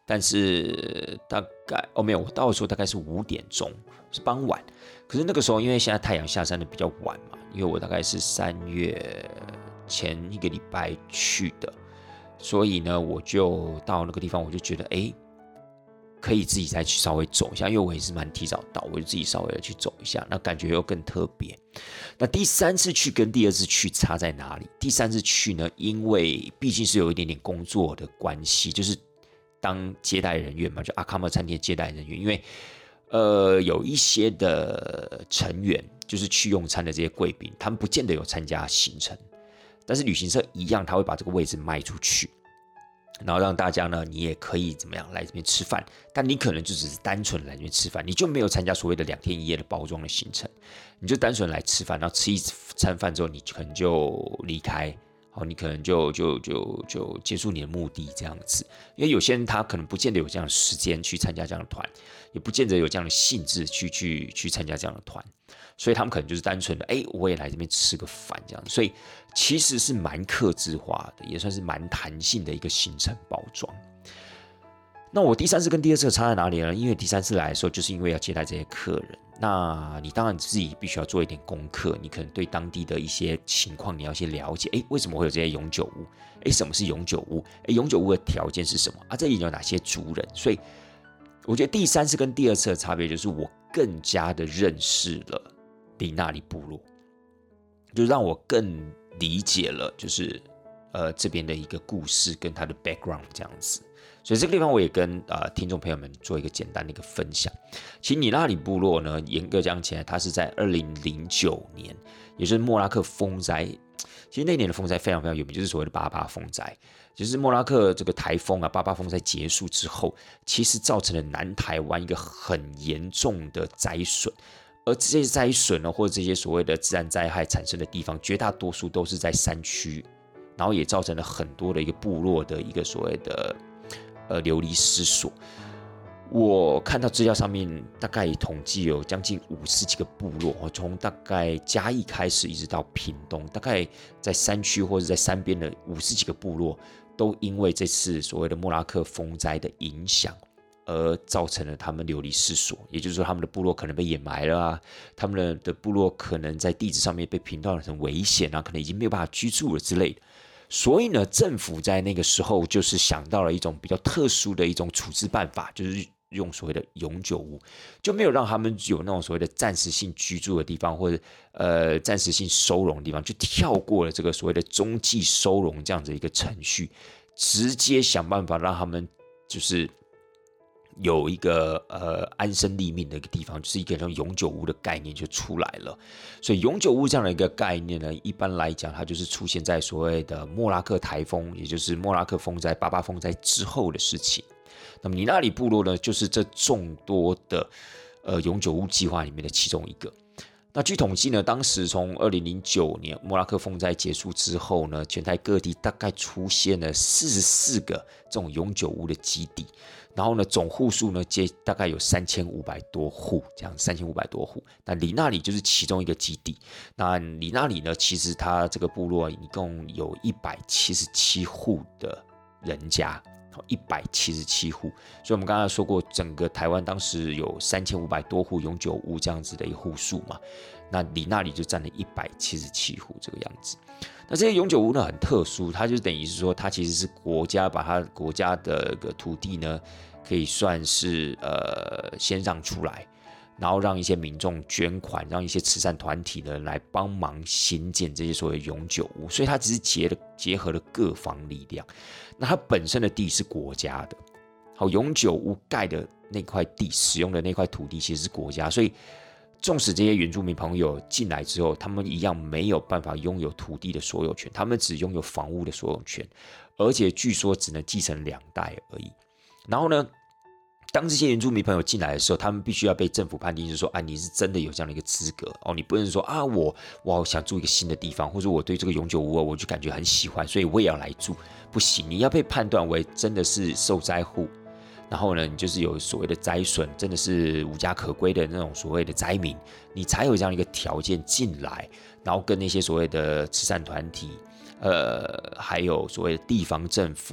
但是大概哦没有，我到的时候大概是五点钟，是傍晚。可是那个时候，因为现在太阳下山的比较晚嘛，因为我大概是三月前一个礼拜去的，所以呢，我就到那个地方，我就觉得哎，可以自己再去稍微走一下，因为我也是蛮提早到，我就自己稍微的去走一下，那感觉又更特别。那第三次去跟第二次去差在哪里？第三次去呢，因为毕竟是有一点点工作的关系，就是当接待人员嘛，就阿卡玛餐厅的接待人员，因为呃有一些的成员就是去用餐的这些贵宾，他们不见得有参加行程，但是旅行社一样，他会把这个位置卖出去。然后让大家呢，你也可以怎么样来这边吃饭，但你可能就只是单纯来这边吃饭，你就没有参加所谓的两天一夜的包装的行程，你就单纯来吃饭，然后吃一餐饭之后，你可能就离开，好，你可能就就就就结束你的目的这样子。因为有些人他可能不见得有这样的时间去参加这样的团，也不见得有这样的兴致去去去参加这样的团。所以他们可能就是单纯的，哎、欸，我也来这边吃个饭这样，所以其实是蛮客制化的，也算是蛮弹性的一个行程包装。那我第三次跟第二次差在哪里呢？因为第三次来的时候，就是因为要接待这些客人，那你当然自己必须要做一点功课，你可能对当地的一些情况你要先了解，哎、欸，为什么会有这些永久屋？哎、欸，什么是永久屋？哎、欸，永久屋的条件是什么？啊，这里有哪些族人？所以我觉得第三次跟第二次的差别就是我更加的认识了里纳里部落，就让我更理解了，就是呃这边的一个故事跟它的 background 这样子。所以这个地方我也跟呃听众朋友们做一个简单的一个分享。其实里纳里部落呢，严格讲起来，它是在二零零九年，也就是莫拉克风灾。其实那年的风灾非常非常有名，就是所谓的八八风灾。就是莫拉克这个台风啊，八八风灾结束之后，其实造成了南台湾一个很严重的灾损。而这些灾损呢，或者这些所谓的自然灾害产生的地方，绝大多数都是在山区，然后也造成了很多的一个部落的一个所谓的呃流离失所。我看到资料上面大概统计有将近五十几个部落，从大概嘉义开始一直到屏东，大概在山区或者在山边的五十几个部落，都因为这次所谓的莫拉克风灾的影响，而造成了他们流离失所，也就是说，他们的部落可能被掩埋了啊，他们的部落可能在地质上面被评断成危险啊，可能已经没有办法居住了之类的。所以呢，政府在那个时候就是想到了一种比较特殊的一种处置办法，就是用所谓的永久屋，就没有让他们有那种所谓的暂时性居住的地方，或者呃暂时性收容的地方，就跳过了这个所谓的中继收容这样子一个程序，直接想办法让他们就是有一个呃安身立命的一个地方，就是一个像永久屋的概念就出来了。所以永久屋这样的一个概念呢，一般来讲，它就是出现在所谓的莫拉克台风，也就是莫拉克风灾、八八风灾之后的事情。那么里纳里部落呢，就是这众多的呃永久屋计划里面的其中一个。那据统计呢，当时从二零零九年莫拉克风灾结束之后呢，全台各地大概出现了四十四个这种永久屋的基地，然后呢，总户数呢，接大概有三千五百多户，这样三千五百多户。那里纳里就是其中一个基地。那里纳里呢，其实它这个部落一共有一百七十七户的人家。一百七十七户，所以我们刚才说过，整个台湾当时有三千五百多户永久屋这样子的一个户数嘛，那里那里就占了一百七十七户这个样子。那这些永久屋呢很特殊，它就等于是说，它其实是国家把它国家的个土地呢，可以算是呃先让出来，然后让一些民众捐款，让一些慈善团体呢来帮忙兴建这些所谓永久屋，所以它只是结了结合了各方力量。那它本身的地是国家的，好，永久屋盖的那块地，使用的那块土地其实是国家，所以纵使这些原住民朋友进来之后，他们一样没有办法拥有土地的所有权，他们只拥有房屋的所有权，而且据说只能继承两代而已。然后呢，当这些原住民朋友进来的时候，他们必须要被政府判定，就是说，啊，你是真的有这样的一个资格哦，你不能说啊，我我想住一个新的地方，或者我对这个永久屋我就感觉很喜欢，所以我也要来住，不行，你要被判断为真的是受灾户，然后呢，你就是有所谓的灾损，真的是无家可归的那种所谓的灾民，你才有这样一个条件进来，然后跟那些所谓的慈善团体，呃，还有所谓的地方政府。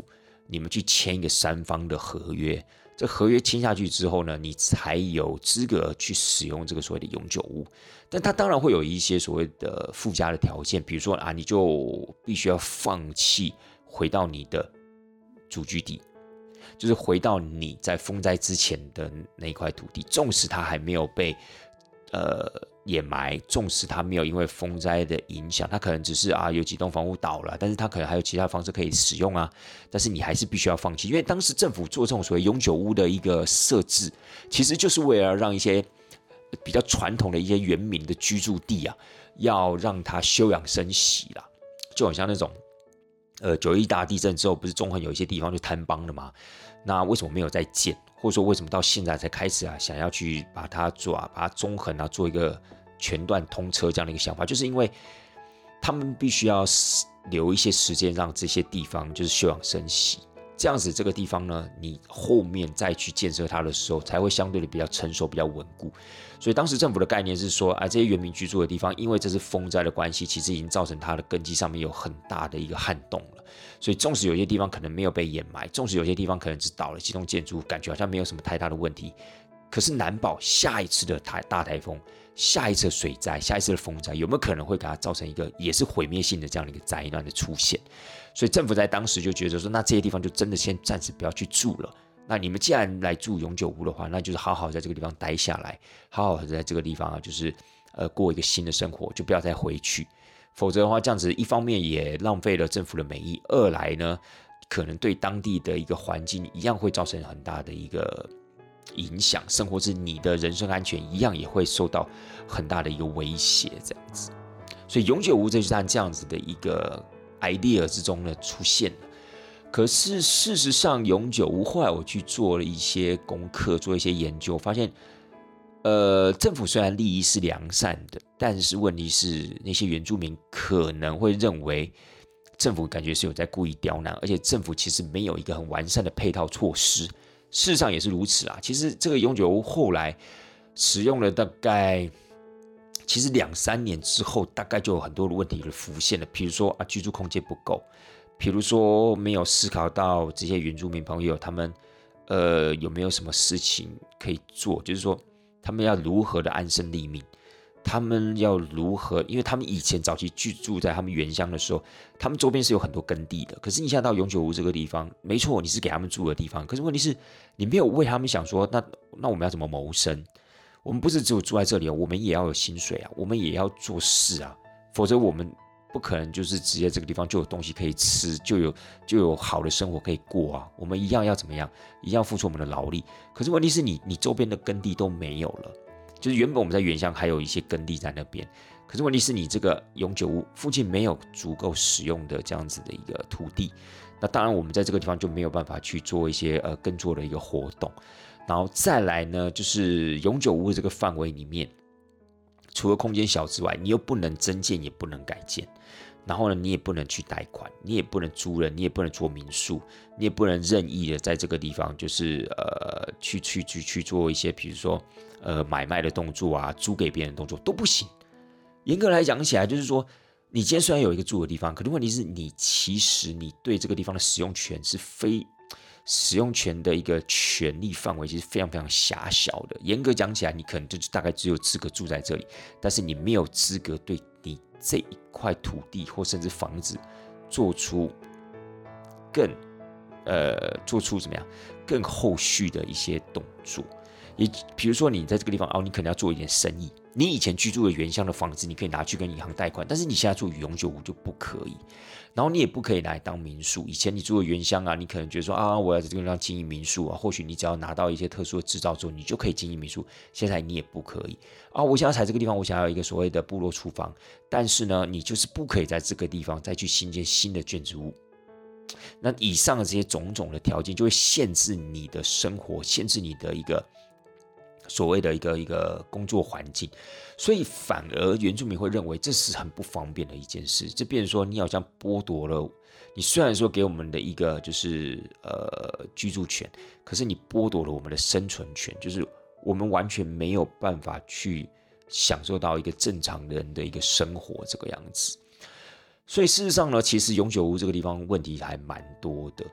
你们去签一个三方的合约。这合约签下去之后呢，你才有资格去使用这个所谓的永久屋。但它当然会有一些所谓的附加的条件，比如说啊，你就必须要放弃回到你的祖居地，就是回到你在风灾之前的那一块土地，纵使它还没有被呃掩埋，纵使它没有因为风灾的影响，它可能只是啊有几栋房屋倒了，但是它可能还有其他方式可以使用啊，但是你还是必须要放弃，因为当时政府做这种所谓永久屋的一个设置，其实就是为了让一些比较传统的一些原民的居住地啊，要让它休养生息啦，就很像那种呃九一大地震之后，不是中横有一些地方就坍崩了吗？那为什么没有再建？或者说为什么到现在才开始啊，想要去把它做啊，把它中横啊，做一个全段通车这样的一个想法，就是因为他们必须要留一些时间让这些地方就是休养生息，这样子这个地方呢，你后面再去建设它的时候，才会相对的比较成熟、比较稳固。所以当时政府的概念是说，啊，这些原民居住的地方，因为这是风灾的关系，其实已经造成它的根基上面有很大的一个撼动了。所以纵使有些地方可能没有被掩埋，纵使有些地方可能只倒了几栋建筑，感觉好像没有什么太大的问题，可是难保下一次的大台风、下一次的水灾、下一次的风灾，有没有可能会给它造成一个也是毁灭性的这样的一个灾难的出现？所以政府在当时就觉得说，那这些地方就真的先暂时不要去住了。那你们既然来住永久屋的话，那就是好好在这个地方待下来，好好在这个地方啊，就是呃过一个新的生活，就不要再回去。否则的话，这样子一方面也浪费了政府的美意，二来呢，可能对当地的一个环境一样会造成很大的一个影响，甚或是你的人身安全一样也会受到很大的一个威胁，这样子。所以永久屋这就是这样子的一个 idea 之中呢出现了。可是事实上，永久屋后来我去做了一些功课，做一些研究，发现，呃，政府虽然利益是良善的，但是问题是那些原住民可能会认为政府感觉是有在故意刁难，而且政府其实没有一个很完善的配套措施。事实上也是如此啦。其实这个永久屋后来使用了大概，其实两三年之后，大概就有很多的问题浮现了。比如说啊，居住空间不够。比如说，没有思考到这些原住民朋友他们，呃，有没有什么事情可以做？就是说，他们要如何的安身立命？他们要如何？因为他们以前早期居住在他们原乡的时候，他们周边是有很多耕地的。可是你现在到永久屋这个地方，没错，你是给他们住的地方。可是问题是，你没有为他们想说，那那我们要怎么谋生？我们不是只有住在这里，我们也要有薪水啊，我们也要做事啊，否则我们不可能就是直接这个地方就有东西可以吃，就有就有好的生活可以过啊。我们一样要怎么样？一样付出我们的劳力。可是问题是你你周边的耕地都没有了，就是原本我们在原乡还有一些耕地在那边，可是问题是你这个永久屋附近没有足够使用的这样子的一个土地，那当然我们在这个地方就没有办法去做一些呃耕作的一个活动。然后再来呢，就是永久屋这个范围里面，除了空间小之外，你又不能增建，也不能改建。然后呢，你也不能去贷款，你也不能租人，你也不能做民宿，你也不能任意的在这个地方就是呃去去去去做一些比如说呃买卖的动作啊，租给别人的动作都不行。严格来讲起来，就是说你今天虽然有一个住的地方，可是问题是你其实你对这个地方的使用权是非使用权的一个权利范围其实非常非常狭小的。严格讲起来，你可能就是大概只有资格住在这里，但是你没有资格对你这一块土地或甚至房子做出更呃做出怎么样更后续的一些动作。也比如说你在这个地方哦，你可能要做一点生意。你以前居住的原乡的房子，你可以拿去跟银行贷款，但是你现在住永久屋就不可以。然后你也不可以拿来当民宿。以前你住的原乡啊，你可能觉得说啊，我要在这个地方经营民宿啊，或许你只要拿到一些特殊的执照之后，你就可以经营民宿。现在你也不可以啊，我想要在这个地方，我想要有一个所谓的部落厨房，但是呢，你就是不可以在这个地方再去新建新的建筑物。那以上的这些种种的条件，就会限制你的生活，限制你的一个所谓的一个一个工作环境，所以反而原住民会认为这是很不方便的一件事。这变成说你好像剥夺了你，虽然说给我们的一个就是呃居住权，可是你剥夺了我们的生存权，就是我们完全没有办法去享受到一个正常人的一个生活这个样子。所以事实上呢，其实永久屋这个地方问题还蛮多的。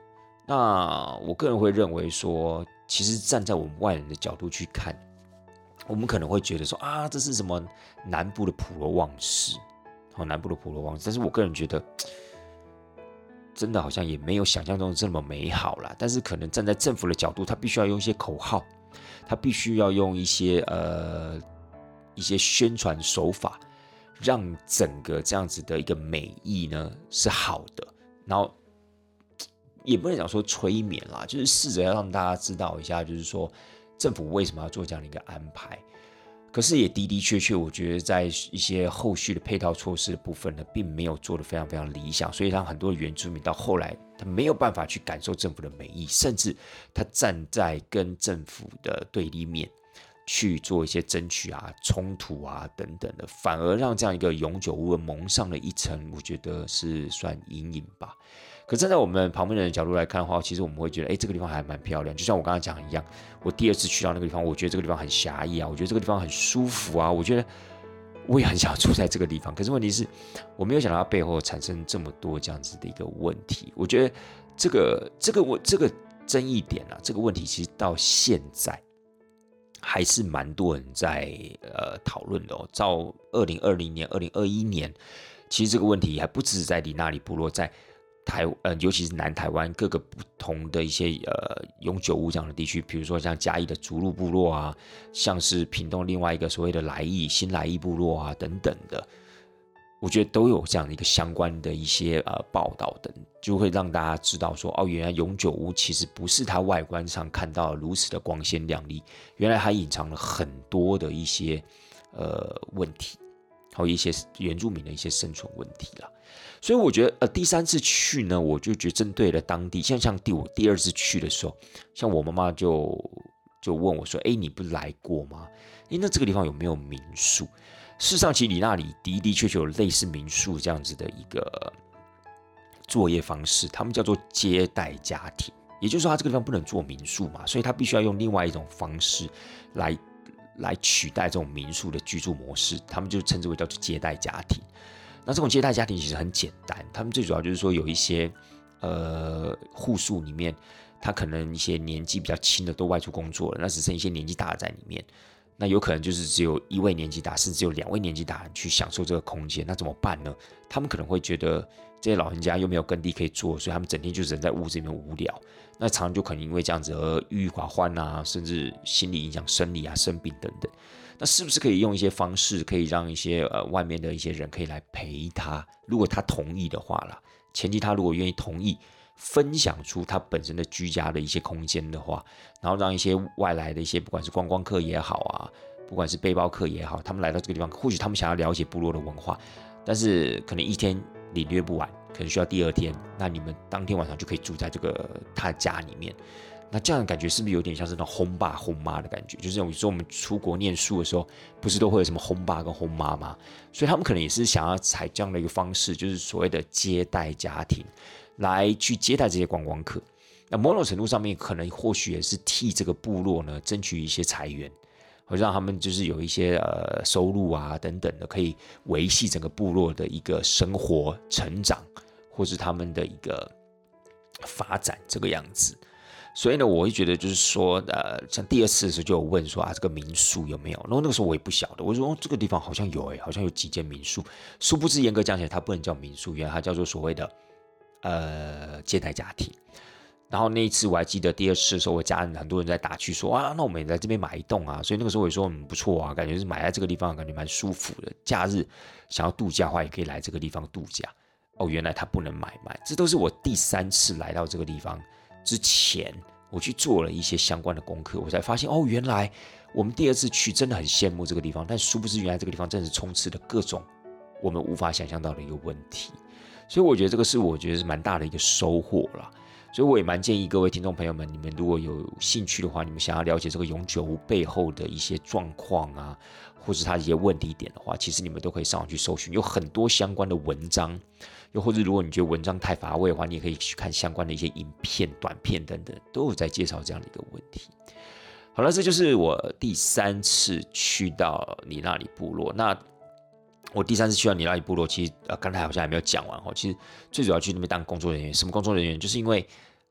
那我个人会认为说，其实站在我们外人的角度去看，我们可能会觉得说啊，这是什么南部的普罗旺斯，好，南部的普罗旺斯。但是我个人觉得，真的好像也没有想象中这么美好啦。但是可能站在政府的角度，他必须要用一些口号，他必须要用一些呃一些宣传手法，让整个这样子的一个美意呢是好的。然后也不能讲说催眠啦，就是试着要让大家知道一下，就是说政府为什么要做这样的一个安排。可是也的的确确，我觉得在一些后续的配套措施的部分呢，并没有做得非常非常理想，所以让很多的原住民到后来他没有办法去感受政府的美意，甚至他站在跟政府的对立面去做一些争取啊、冲突啊等等的，反而让这样一个永久屋蒙上了一层，我觉得是算阴影吧。可站在我们旁边人的角度来看的话，其实我们会觉得，哎，这个地方还蛮漂亮。就像我刚刚讲的一样，我第二次去到那个地方，我觉得这个地方很狭义啊，我觉得这个地方很舒服啊，我觉得我也很想住在这个地方。可是问题是，我没有想到它背后产生这么多这样子的一个问题。我觉得这个这个我这个争议点啊，这个问题其实到现在还是蛮多人在呃讨论的哦。照二零二零年、二零二一年，其实这个问题还不只是在里那里部落，在台呃，尤其是南台湾各个不同的一些呃永久屋这样的地区，比如说像嘉义的竹鹿部落啊，像是屏东另外一个所谓的来义新来义部落啊等等的，我觉得都有这样的一个相关的一些呃报道等，就会让大家知道说，哦，原来永久屋其实不是它外观上看到如此的光鲜亮丽，原来还隐藏了很多的一些呃问题，还有一些原住民的一些生存问题啦。所以我觉得，呃，第三次去呢，我就觉得针对了当地，像像第我第二次去的时候，像我妈妈就就问我说：“哎，你不是来过吗？哎，那这个地方有没有民宿？”事实上，其实你那里的的确确有类似民宿这样子的一个作业方式，他们叫做接待家庭，也就是说，他这个地方不能做民宿嘛，所以他必须要用另外一种方式来来取代这种民宿的居住模式，他们就称之为叫做接待家庭。那这种接待家庭其实很简单，他们最主要就是说有一些呃户数里面，他可能一些年纪比较轻的都外出工作了，那只剩一些年纪大的在里面，那有可能就是只有一位年纪大，甚至只有两位年纪大人去享受这个空间，那怎么办呢？他们可能会觉得这些老人家又没有耕地可以做，所以他们整天就只能在屋子里面无聊，那常常就可能因为这样子而郁郁寡欢啊，甚至心理影响生理啊、生病等等。那是不是可以用一些方式，可以让一些呃外面的一些人可以来陪他？如果他同意的话啦，前提他如果愿意同意分享出他本身的居家的一些空间的话，然后让一些外来的一些不管是观光客也好啊，不管是背包客也好，他们来到这个地方，或许他们想要了解部落的文化，但是可能一天领略不完，可能需要第二天，那你们当天晚上就可以住在这个他的家里面。那这样的感觉是不是有点像是那种轰爸轰妈的感觉？就是有时候我们出国念书的时候，不是都会有什么轰爸跟轰妈吗？所以他们可能也是想要采这样的一个方式，就是所谓的接待家庭，来去接待这些观光客。那某种程度上面，可能或许也是替这个部落呢争取一些财源，让他们就是有一些呃收入啊等等的，可以维系整个部落的一个生活成长，或是他们的一个发展这个样子。所以呢，我会觉得就是说，呃，像第二次的时候就有问说啊，这个民宿有没有？然后那个时候我也不晓得，我说、哦、这个地方好像有哎、欸，好像有几间民宿。殊不知严格讲起来，它不能叫民宿，原来它叫做所谓的呃接待家庭。然后那一次我还记得第二次的时候，我家人很多人在打趣说啊，那我们也在这边买一栋啊。所以那个时候我也说嗯不错啊，感觉是买在这个地方，感觉蛮舒服的。假日想要度假的话，也可以来这个地方度假。哦，原来它不能买卖，这都是我第三次来到这个地方之前，我去做了一些相关的功课，我才发现哦，原来我们第二次去真的很羡慕这个地方，但殊不知原来这个地方真的是充斥了各种我们无法想象到的一个问题。所以我觉得这个是我觉得是蛮大的一个收获啦。所以我也蛮建议各位听众朋友们，你们如果有兴趣的话，你们想要了解这个永久屋背后的一些状况啊，或是它的一些问题点的话，其实你们都可以上网去搜寻，有很多相关的文章。又或者如果你觉得文章太乏味的话，你也可以去看相关的一些影片、短片等等，都有在介绍这样的一个问题。好了，这就是我第三次去到你那里部落。那我第三次去到你那里部落，其实呃刚才好像还没有讲完哦。其实最主要去那边当工作人员，什么工作人员？就是因为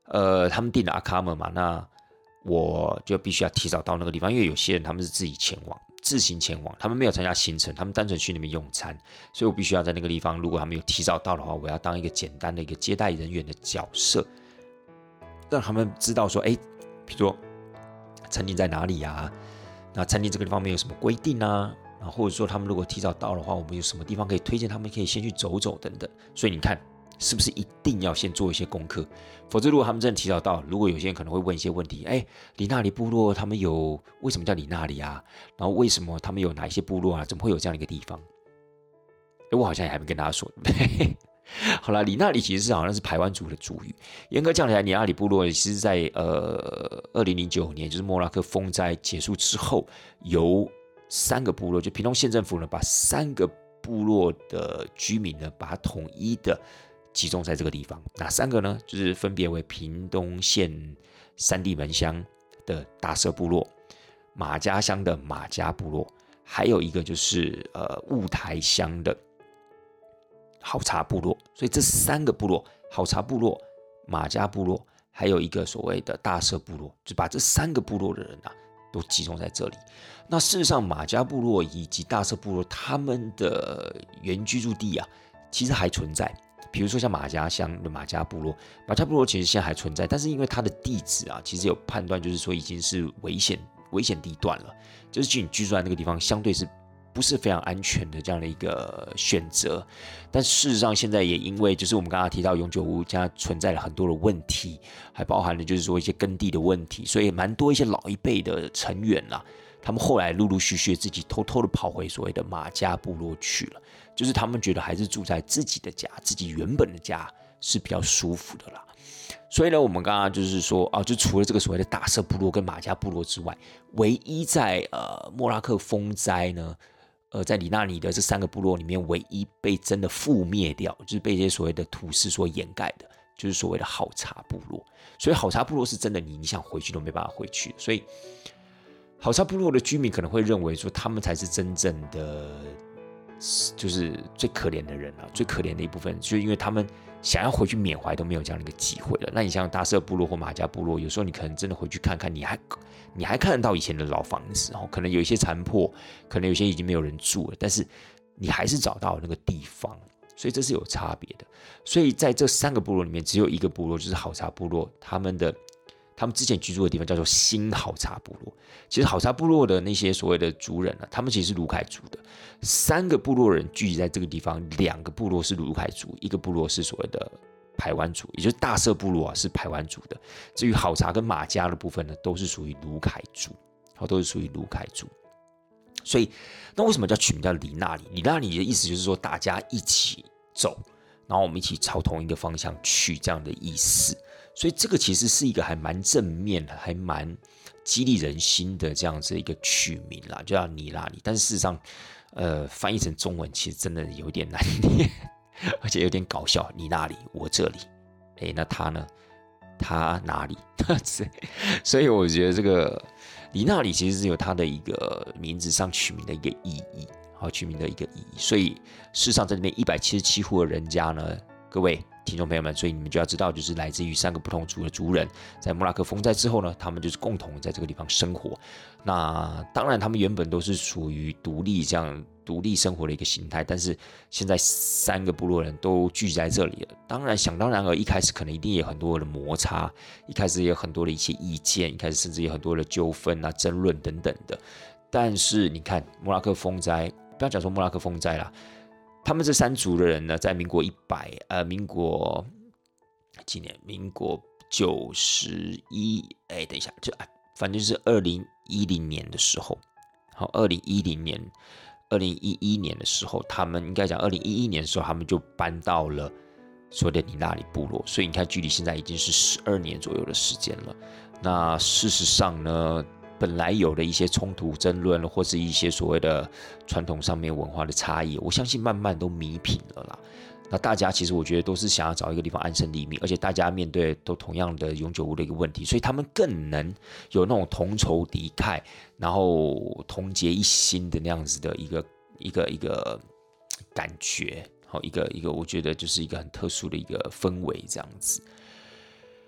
呃，他们订了阿卡姆嘛，那我就必须要提早到那个地方，因为有些人他们是自己前往，自行前往，他们没有参加行程，他们单纯去那边用餐，所以我必须要在那个地方，如果他们有提早到的话，我要当一个简单的一个接待人员的角色，让他们知道说，哎，比如说餐厅在哪里啊？那餐厅这个地方没有什么规定啊？然后或者说他们如果提早到的话，我们有什么地方可以推荐他们可以先去走走等等。所以你看，是不是一定要先做一些功课？否则如果他们真的提早到，如果有些人可能会问一些问题，哎，里纳里部落他们有为什么叫里纳里啊？然后为什么他们有哪一些部落啊？怎么会有这样的一个地方？哎，我好像也还没跟大家说。好啦，里纳里其实是好像是排湾族的族语。严格讲起来，里纳里部落其实在呃二零零九年，就是莫拉克风灾结束之后，由三个部落，就屏东县政府呢，把三个部落的居民呢，把它统一的集中在这个地方。哪三个呢？就是分别为屏东县三地门乡的大社部落、马家乡的马家部落，还有一个就是呃雾台乡的好茶部落。所以这三个部落，好茶部落、马家部落，还有一个所谓的大社部落，就把这三个部落的人啊，都集中在这里。那事实上，马家部落以及大社部落他们的原居住地啊，其实还存在。比如说像马家乡的马家部落，马家部落其实现在还存在，但是因为它的地址啊，其实有判断，就是说已经是危险危险地段了，就是你居住在那个地方，相对是不是非常安全的这样的一个选择。但事实上，现在也因为就是我们刚刚提到永久屋现在存在了很多的问题，还包含了就是说一些耕地的问题，所以蛮多一些老一辈的成员啦、啊。他们后来陆陆续续自己偷偷的跑回所谓的马家部落去了，就是他们觉得还是住在自己的家，自己原本的家是比较舒服的啦。所以呢，我们刚刚就是说啊，就除了这个所谓的大社部落跟马家部落之外，唯一在呃莫拉克风灾呢，呃，在里纳里的这三个部落里面，唯一被真的覆灭掉，就是被这些所谓的土势所掩盖的，就是所谓的好茶部落。所以好茶部落是真的你，你想回去都没办法回去。所以好茶部落的居民可能会认为说，他们才是真正的，就是最可怜的人啊，最可怜的一部分，就是因为他们想要回去缅怀都没有这样的一个机会了。那你像大社部落或马家部落，有时候你可能真的回去看看，你还你还看得到以前的老房子哦，可能有一些残破，可能有些已经没有人住了，但是你还是找到那个地方，所以这是有差别的。所以在这三个部落里面，只有一个部落就是好茶部落，他们的。他们之前居住的地方叫做新好茶部落。其实好茶部落的那些所谓的族人啊，他们其实是卢凯族的。三个部落人聚集在这个地方，两个部落是卢凯族，一个部落是所谓的排湾族，也就是大社部落啊是排湾族的。至于好茶跟马家的部分呢，都是属于卢凯族，好，都是属于卢凯族。所以，那为什么叫取名叫里纳里？里纳里的意思就是说大家一起走，然后我们一起朝同一个方向去，这样的意思。所以这个其实是一个还蛮正面的，还蛮激励人心的这样子一个取名啦，就叫尼拉里。但是事实上，呃，翻译成中文其实真的有点难念，而且有点搞笑。你那里，我这里，哎，那他呢？他哪里？所以我觉得这个里那里其实是有他的一个名字上取名的一个意义，好，取名的一个意义。所以事实上，在这边一百七十七户的人家呢，各位听众朋友们，所以你们就要知道，就是来自于三个不同族的族人，在莫拉克风灾之后呢，他们就是共同在这个地方生活。那当然，他们原本都是属于独立这样独立生活的一个形态，但是现在三个部落人都聚集在这里了。当然，想当然而，一开始可能一定也有很多的摩擦，一开始也有很多的一些意见，一开始甚至有很多的纠纷啊、争论等等的。但是你看，莫拉克风灾，不要讲说莫拉克风灾啦。他们这三族的人呢，在民国一百呃，民国几年？民国九十一，哎，等一下，就反正就是二零一零年的时候，好，二零一零年、二零一一年的时候，他们应该讲二零一一年的时候，他们就搬到了所谓的尼纳里部落，所以你看，距离现在已经是十二年左右的时间了。那事实上呢？本来有的一些冲突、争论，或是一些所谓的传统上面文化的差异，我相信慢慢都弥平了啦。那大家其实我觉得都是想要找一个地方安身立命，而且大家面对都同样的永久屋的一个问题，所以他们更能有那种同仇敌忾，然后同结一心的那样子的一个一个一个感觉，好，一个一个我觉得就是一个很特殊的一个氛围这样子。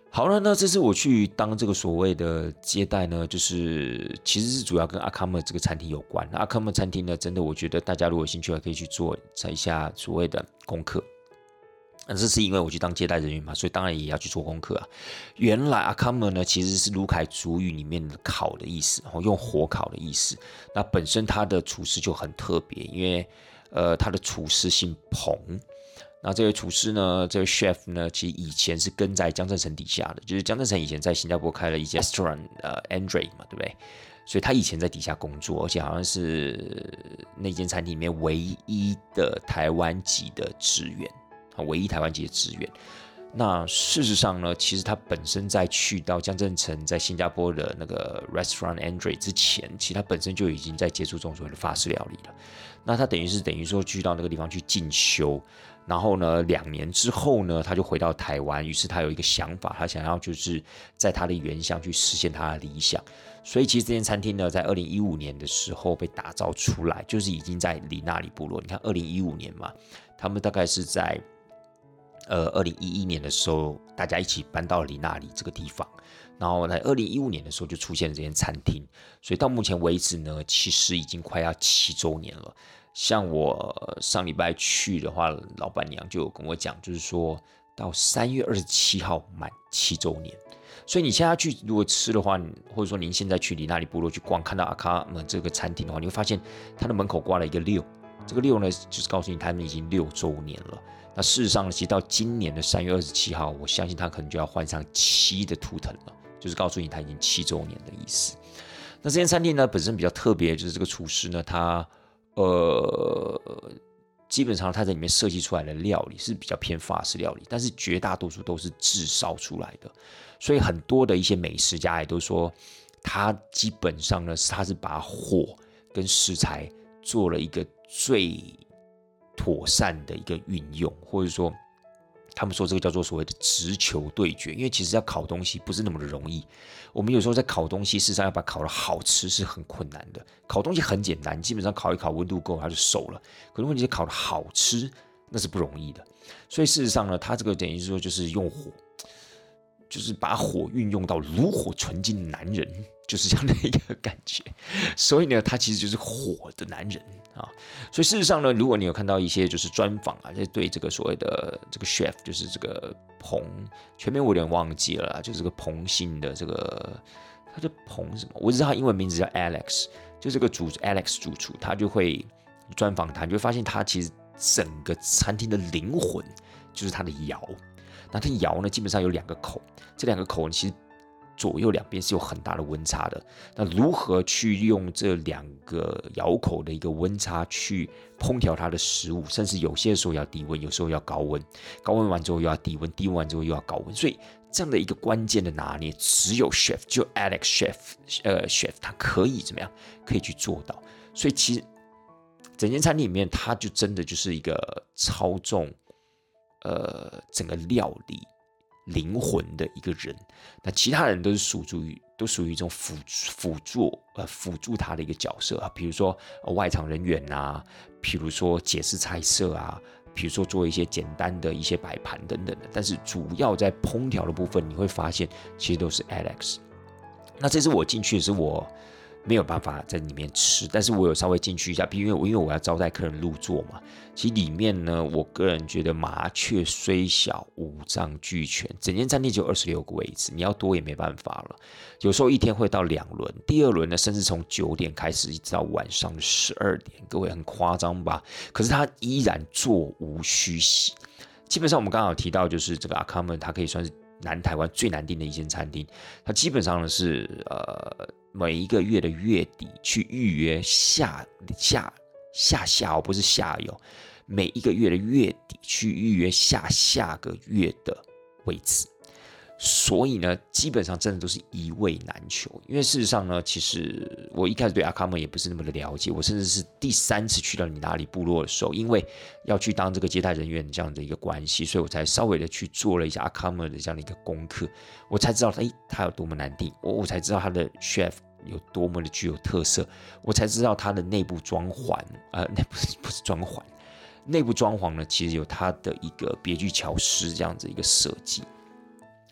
好了，那这次我去当这个所谓的接待呢，就是其实是主要跟阿卡姆这个餐厅有关。阿卡姆餐厅呢，真的我觉得大家如果有兴趣，可以去做一下所谓的功课。那这是因为我去当接待人员嘛，所以当然也要去做功课啊。原来阿卡姆呢，其实是卢凯族语里面的烤的意思，用火烤的意思。那本身它的厨师就很特别，因为呃，他的厨师姓彭。那这位厨师呢，这位 chef 呢，其实以前是跟在江振成底下的，就是江振成以前在新加坡开了一家 restaurant， 呃 Andre 嘛，对不对？所以他以前在底下工作，而且好像是那间餐厅里面唯一的台湾籍的职员，唯一台湾籍的职员。那事实上呢，其实他本身在去到江振成在新加坡的那个 restaurant Andre 之前，其实他本身就已经在接触这种所谓的法式料理了。那他等于是等于说去到那个地方去进修。然后呢，两年之后呢，他就回到台湾。于是他有一个想法，他想要就是在他的原乡去实现他的理想。所以其实这间餐厅呢，在二零一五年的时候被打造出来，就是已经在里纳里部落。你看，二零一五年嘛，他们大概是在呃二零一一年的时候，大家一起搬到了里纳里这个地方。然后在二零一五年的时候就出现了这间餐厅。所以到目前为止呢，其实已经快要七周年了。像我上礼拜去的话，老板娘就有跟我讲，就是说到三月二十七号满七周年。所以你现在去如果吃的话，或者说您现在去里纳里部落去逛，看到阿卡姆这个餐厅的话，你会发现它的门口挂了一个六，这个六呢就是告诉你他们已经六周年了。那事实上，其实到今年的三月二十七号，我相信他可能就要换上七的图腾了，就是告诉你他已经七周年的意思。那这间餐厅呢本身比较特别，就是这个厨师呢，他呃，基本上他在里面设计出来的料理是比较偏法式料理，但是绝大多数都是炙烧出来的，所以很多的一些美食家也都说，他基本上呢，他是把火跟食材做了一个最妥善的一个运用，或者说他们说这个叫做所谓的直球对决，因为其实要烤东西不是那么的容易。我们有时候在烤东西，事实上要把烤的好吃是很困难的。烤东西很简单，基本上烤一烤，温度够它就熟了。可是问题是烤的好吃，那是不容易的。所以事实上呢，它这个等于是说就是用火，就是把火运用到炉火纯青的男人，就是这样的一个感觉。所以呢，他其实就是火的男人啊。所以事实上呢，如果你有看到一些就是专访啊，就对这个所谓的这个 chef， 就是这个彭，全名我有点忘记了啦，就是这个彭姓的这个，他叫彭什么？我知道他英文名字叫 Alex， 就这个主 Alex 主厨，他就会专访他，你就会发现他其实整个餐厅的灵魂就是他的窑。那它窑呢，基本上有两个口，这两个口呢，其实左右两边是有很大的温差的。那如何去用这两个窑口的一个温差去烹调它的食物，甚至有些时候要低温，有时候要高温，高温完之后又要低温，低温完之后又要高温，所以这样的一个关键的拿捏，只有 chef， 就 Alex chef， 呃 chef 他可以怎么样，可以去做到。所以其实整间餐厅里面，它就真的就是一个操纵。呃，整个料理灵魂的一个人，那其他人都是属于都属于一种辅辅助呃辅助他的一个角色啊，比如说、呃、外场人员啊，比如说解释菜色啊，比如说做一些简单的一些摆盘等等的，但是主要在烹调的部分，你会发现其实都是 Alex。那这次我进去的是我。没有办法在里面吃，但是我有稍微进去一下，因为我因为我要招待客人入座嘛。其实里面呢，我个人觉得麻雀虽小，五脏俱全。整间餐厅只有二十六个位置，你要多也没办法了。有时候一天会到两轮，第二轮呢，甚至从九点开始一直到晚上的十二点，各位很夸张吧？可是他依然座无虚席。基本上我们刚好提到，就是这个阿卡姆，它可以算是南台湾最难订的一间餐厅。它基本上呢是呃。每一个月的月底去预约下下下下哦，不是下游，每一个月的月底去预约下下个月的位置。所以呢，基本上真的都是一位难求。因为事实上呢，其实我一开始对阿卡姆也不是那么的了解，我甚至是第三次去到你哪里部落的时候，因为要去当这个接待人员这样的一个关系，所以我才稍微的去做了一下阿卡姆的这样的一个功课，我才知道哎，他有多么难订，我我才知道他的 chef 有多么的具有特色，我才知道他的内部装潢，呃，那不是不是装潢，内部装潢呢，其实有他的一个别具巧思这样子一个设计。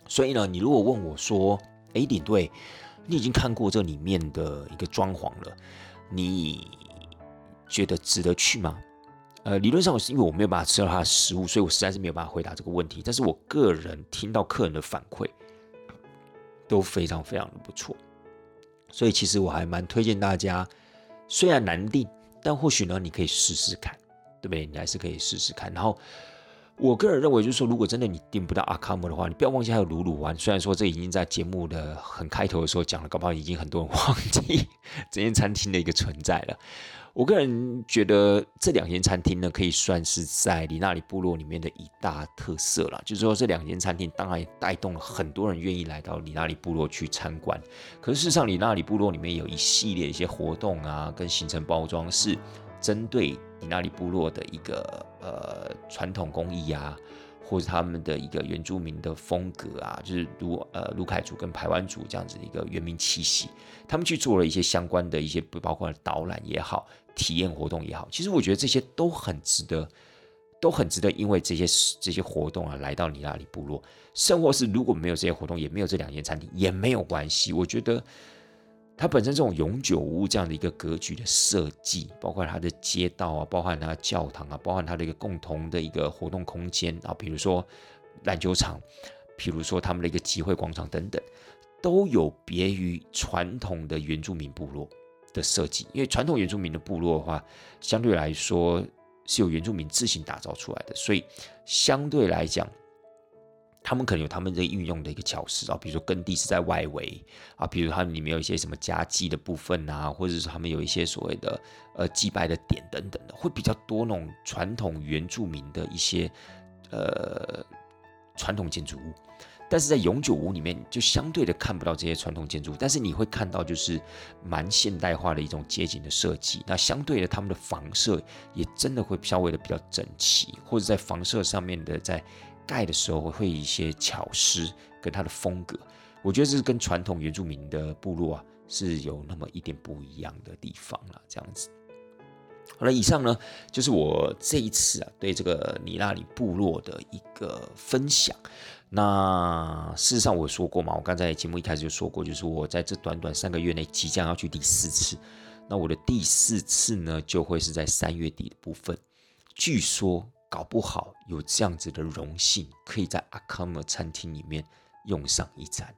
所以呢，你如果问我说，哎，领队，你已经看过这里面的一个装潢了，你觉得值得去吗？呃，理论上是因为我没有办法吃到它的食物，所以我实在是没有办法回答这个问题。但是我个人听到客人的反馈都非常非常的不错，所以其实我还蛮推荐大家，虽然难订，但或许呢你可以试试看，对不对？你还是可以试试看。然后我个人认为，就是说，如果真的你订不到阿卡姆的话，你不要忘记还有鲁鲁湾。虽然说这已经在节目的很开头的时候讲了，搞不好已经很多人忘记这间餐厅的一个存在了。我个人觉得这两间餐厅呢，可以算是在里纳里部落里面的一大特色啦。就是说，这两间餐厅当然也带动了很多人愿意来到里纳里部落去参观。可是事实上，里纳里部落里面有一系列一些活动啊，跟行程包装是针对里纳里部落的一个呃传统工艺啊，或者他们的一个原住民的风格啊，就是卢呃卢凯族跟排湾族这样子的一个原民气息，他们去做了一些相关的一些，包括导览也好，体验活动也好，其实我觉得这些都很值得，都很值得，因为这些这些活动啊，来到里纳里部落，甚或是如果没有这些活动，也没有这两间餐厅，也没有关系，我觉得。它本身这种永久屋这样的一个格局的设计，包括它的街道啊，包含它的教堂啊，包含它的一个共同的一个活动空间啊，比如说篮球场，比如说他们的一个集会广场等等，都有别于传统的原住民部落的设计。因为传统原住民的部落的话，相对来说是由原住民自行打造出来的，所以相对来讲。他们可能有他们的运用的一个巧思啊，比如说耕地是在外围啊，比如他们里面有一些什么家祭的部分啊，或者是他们有一些所谓的呃祭拜的点等等的，会比较多那种传统原住民的一些呃传统建筑物。但是在永久屋里面，就相对的看不到这些传统建筑物，但是你会看到就是蛮现代化的一种街景的设计。那相对的，他们的房舍也真的会稍微的比较整齐，或者在房舍上面的在。盖的时候会有一些巧思跟它的风格，我觉得这是跟传统原住民的部落啊是有那么一点不一样的地方啦，这样子。好了，以上呢就是我这一次啊对这个里纳里部落的一个分享。那事实上我说过嘛，我刚才节目一开始就说过，就是我在这短短三个月内即将要去第四次。那我的第四次呢，就会是在三月底的部分，据说。搞不好有这样子的荣幸，可以在阿卡姆餐厅里面用上一餐，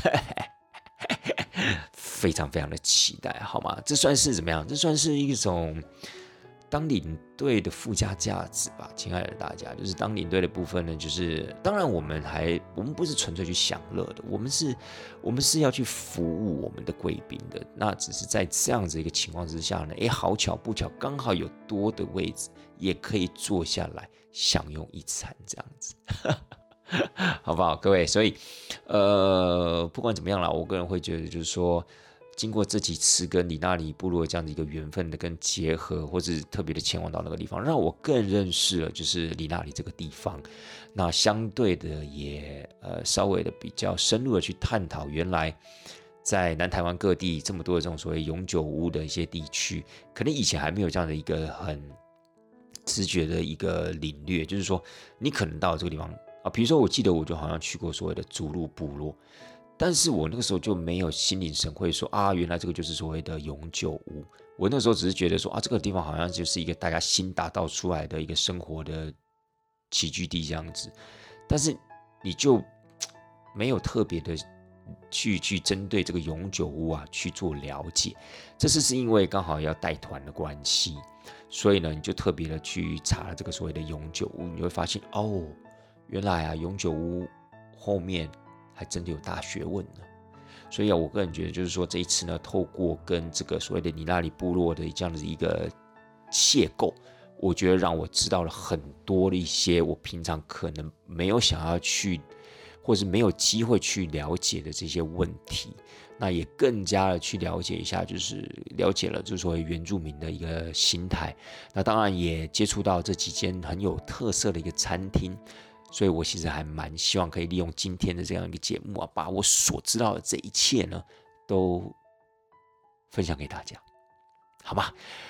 非常非常的期待，好吗？这算是怎么样？这算是一种当领队的附加价值吧，亲爱的大家。就是当领队的部分呢，就是当然我们还我们不是纯粹去享乐的，我们是，我们是要去服务我们的贵宾的。那只是在这样子一个情况之下呢，哎，好巧不巧，刚好有多的位置。也可以坐下来享用一餐，这样子，好不好，各位？所以，呃，不管怎么样啦，我个人会觉得，就是说，经过这几次跟里纳里部落这样的一个缘分的跟结合，或是特别的前往到那个地方，让我更认识了就是里纳里这个地方。那相对的也呃稍微的比较深入的去探讨，原来在南台湾各地这么多的这种所谓永久屋的一些地区，可能以前还没有这样的一个很。直觉的一个领略，就是说，你可能到了这个地方啊，比如说，我记得我就好像去过所谓的祖鹿部落，但是我那个时候就没有心领神会说啊，原来这个就是所谓的永久屋。我那时候只是觉得说啊，这个地方好像就是一个大家新打造出来的一个生活的起居地这样子，但是你就没有特别的去去针对这个永久屋啊去做了解。这次是因为刚好要带团的关系。所以呢，你就特别的去查了这个所谓的永久屋，你会发现哦，原来啊，永久屋后面还真的有大学问呢。所以啊，我个人觉得就是说，这一次呢，透过跟这个所谓的里纳里部落的这样的一个邂逅，我觉得让我知道了很多的一些我平常可能没有想要去，或是没有机会去了解的这些问题。那也更加的去了解一下，就是了解了，就是所谓原住民的一个心态。那当然也接触到这几间很有特色的一个餐厅，所以我其实还蛮希望可以利用今天的这样一个节目啊，把我所知道的这一切呢，都分享给大家，好吗？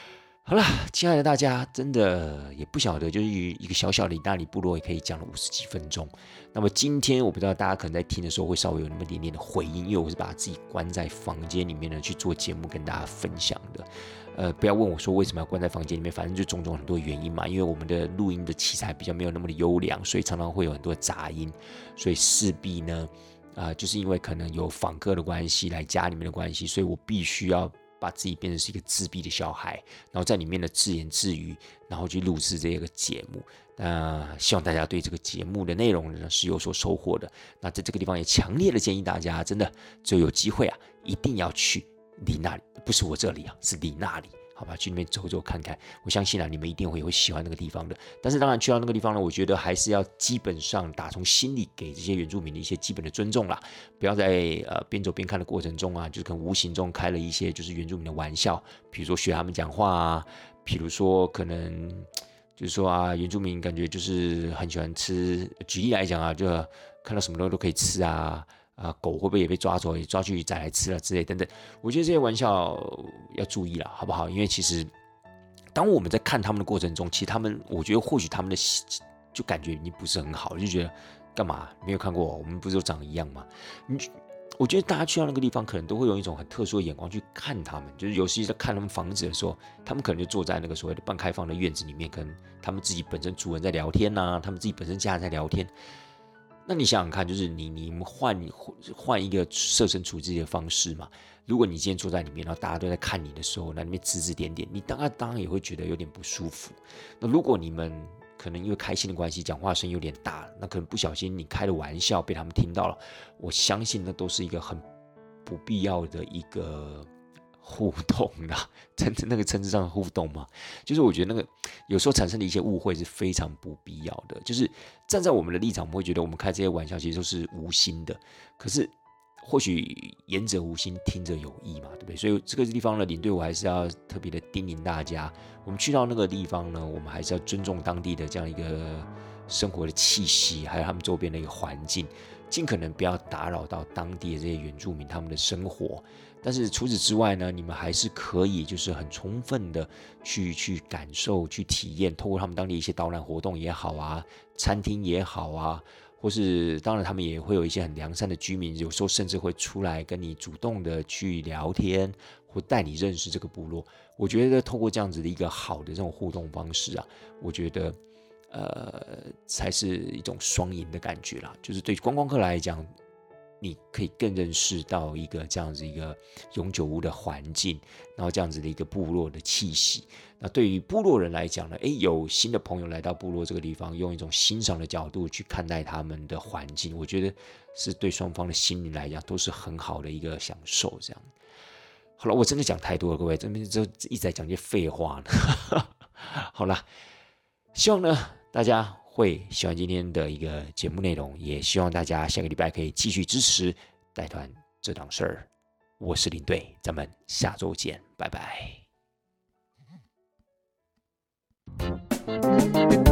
好了，亲爱的大家，真的也不晓得，就是一个小小的那里部落也可以讲了五十几分钟。那么今天我不知道大家可能在听的时候会稍微有那么一点点的回音，因为我是把自己关在房间里面呢去做节目跟大家分享的。呃，不要问我说为什么要关在房间里面，反正就种种很多原因嘛。因为我们的录音的器材比较没有那么的优良，所以常常会有很多杂音，所以势必呢，啊、呃，就是因为可能有访客的关系，来家里面的关系，所以我必须要把自己变成是一个自闭的小孩，然后在里面的自言自语，然后去录制这个节目。那希望大家对这个节目的内容呢是有所收获的。那在这个地方也强烈的建议大家，真的只要有机会啊，一定要去你那里，不是我这里啊，是你那里。好吧，去那边走走看看，我相信啊，你们一定会会喜欢那个地方的。但是当然去到那个地方呢，我觉得还是要基本上打从心里给这些原住民的一些基本的尊重啦，不要在呃边走边看的过程中啊，就是可能无形中开了一些就是原住民的玩笑，比如说学他们讲话啊，比如说可能就是说啊，原住民感觉就是很喜欢吃，举例来讲啊，就看到什么东西都可以吃啊。啊，狗会不会也被抓走，也抓去宰来吃了之类等等？我觉得这些玩笑要注意了，好不好？因为其实当我们在看他们的过程中，其实他们，我觉得或许他们的就感觉已经不是很好，就觉得干嘛没有看过，我们不是都长一样吗？你我觉得大家去到那个地方，可能都会用一种很特殊的眼光去看他们，就是尤其是在看他们房子的时候，他们可能就坐在那个所谓的半开放的院子里面，跟他们自己本身主人在聊天呐、啊，他们自己本身家人在聊天。那你想想看，就是你你们换换一个设身处地的方式嘛。如果你今天坐在里面，然后大家都在看你的时候，那里面指指点点，你当然当然也会觉得有点不舒服。那如果你们可能因为开心的关系，讲话声音有点大，那可能不小心你开的玩笑被他们听到了，我相信那都是一个很不必要的一个互动啦，真的那个称之上的互动嘛，就是我觉得那个有时候产生的一些误会是非常不必要的。就是站在我们的立场，我们会觉得我们开这些玩笑其实都是无心的，可是或许言者无心，听者有意嘛，对不对？所以这个地方呢，领队我还是要特别的叮咛大家，我们去到那个地方呢，我们还是要尊重当地的这样一个生活的气息，还有他们周边的一个环境，尽可能不要打扰到当地的这些原住民他们的生活。但是除此之外呢，你们还是可以就是很充分的去去感受、去体验，透过他们当地一些导览活动也好啊，餐厅也好啊，或是当然他们也会有一些很良善的居民，有时候甚至会出来跟你主动的去聊天，或带你认识这个部落。我觉得透过这样子的一个好的这种互动方式啊，我觉得呃才是一种双赢的感觉啦。就是对观光客来讲，你可以更认识到一个这样子一个永久屋的环境，然后这样子的一个部落的气息。那对于部落人来讲呢，诶，有新的朋友来到部落这个地方，用一种欣赏的角度去看待他们的环境，我觉得是对双方的心灵来讲都是很好的一个享受。这样，好了，我真的讲太多了，各位这边就一直在讲些废话呢。好了，希望呢大家会喜欢今天的一个节目内容，也希望大家下个礼拜可以继续支持带团这档事儿。我是领队，咱们下周见，拜拜。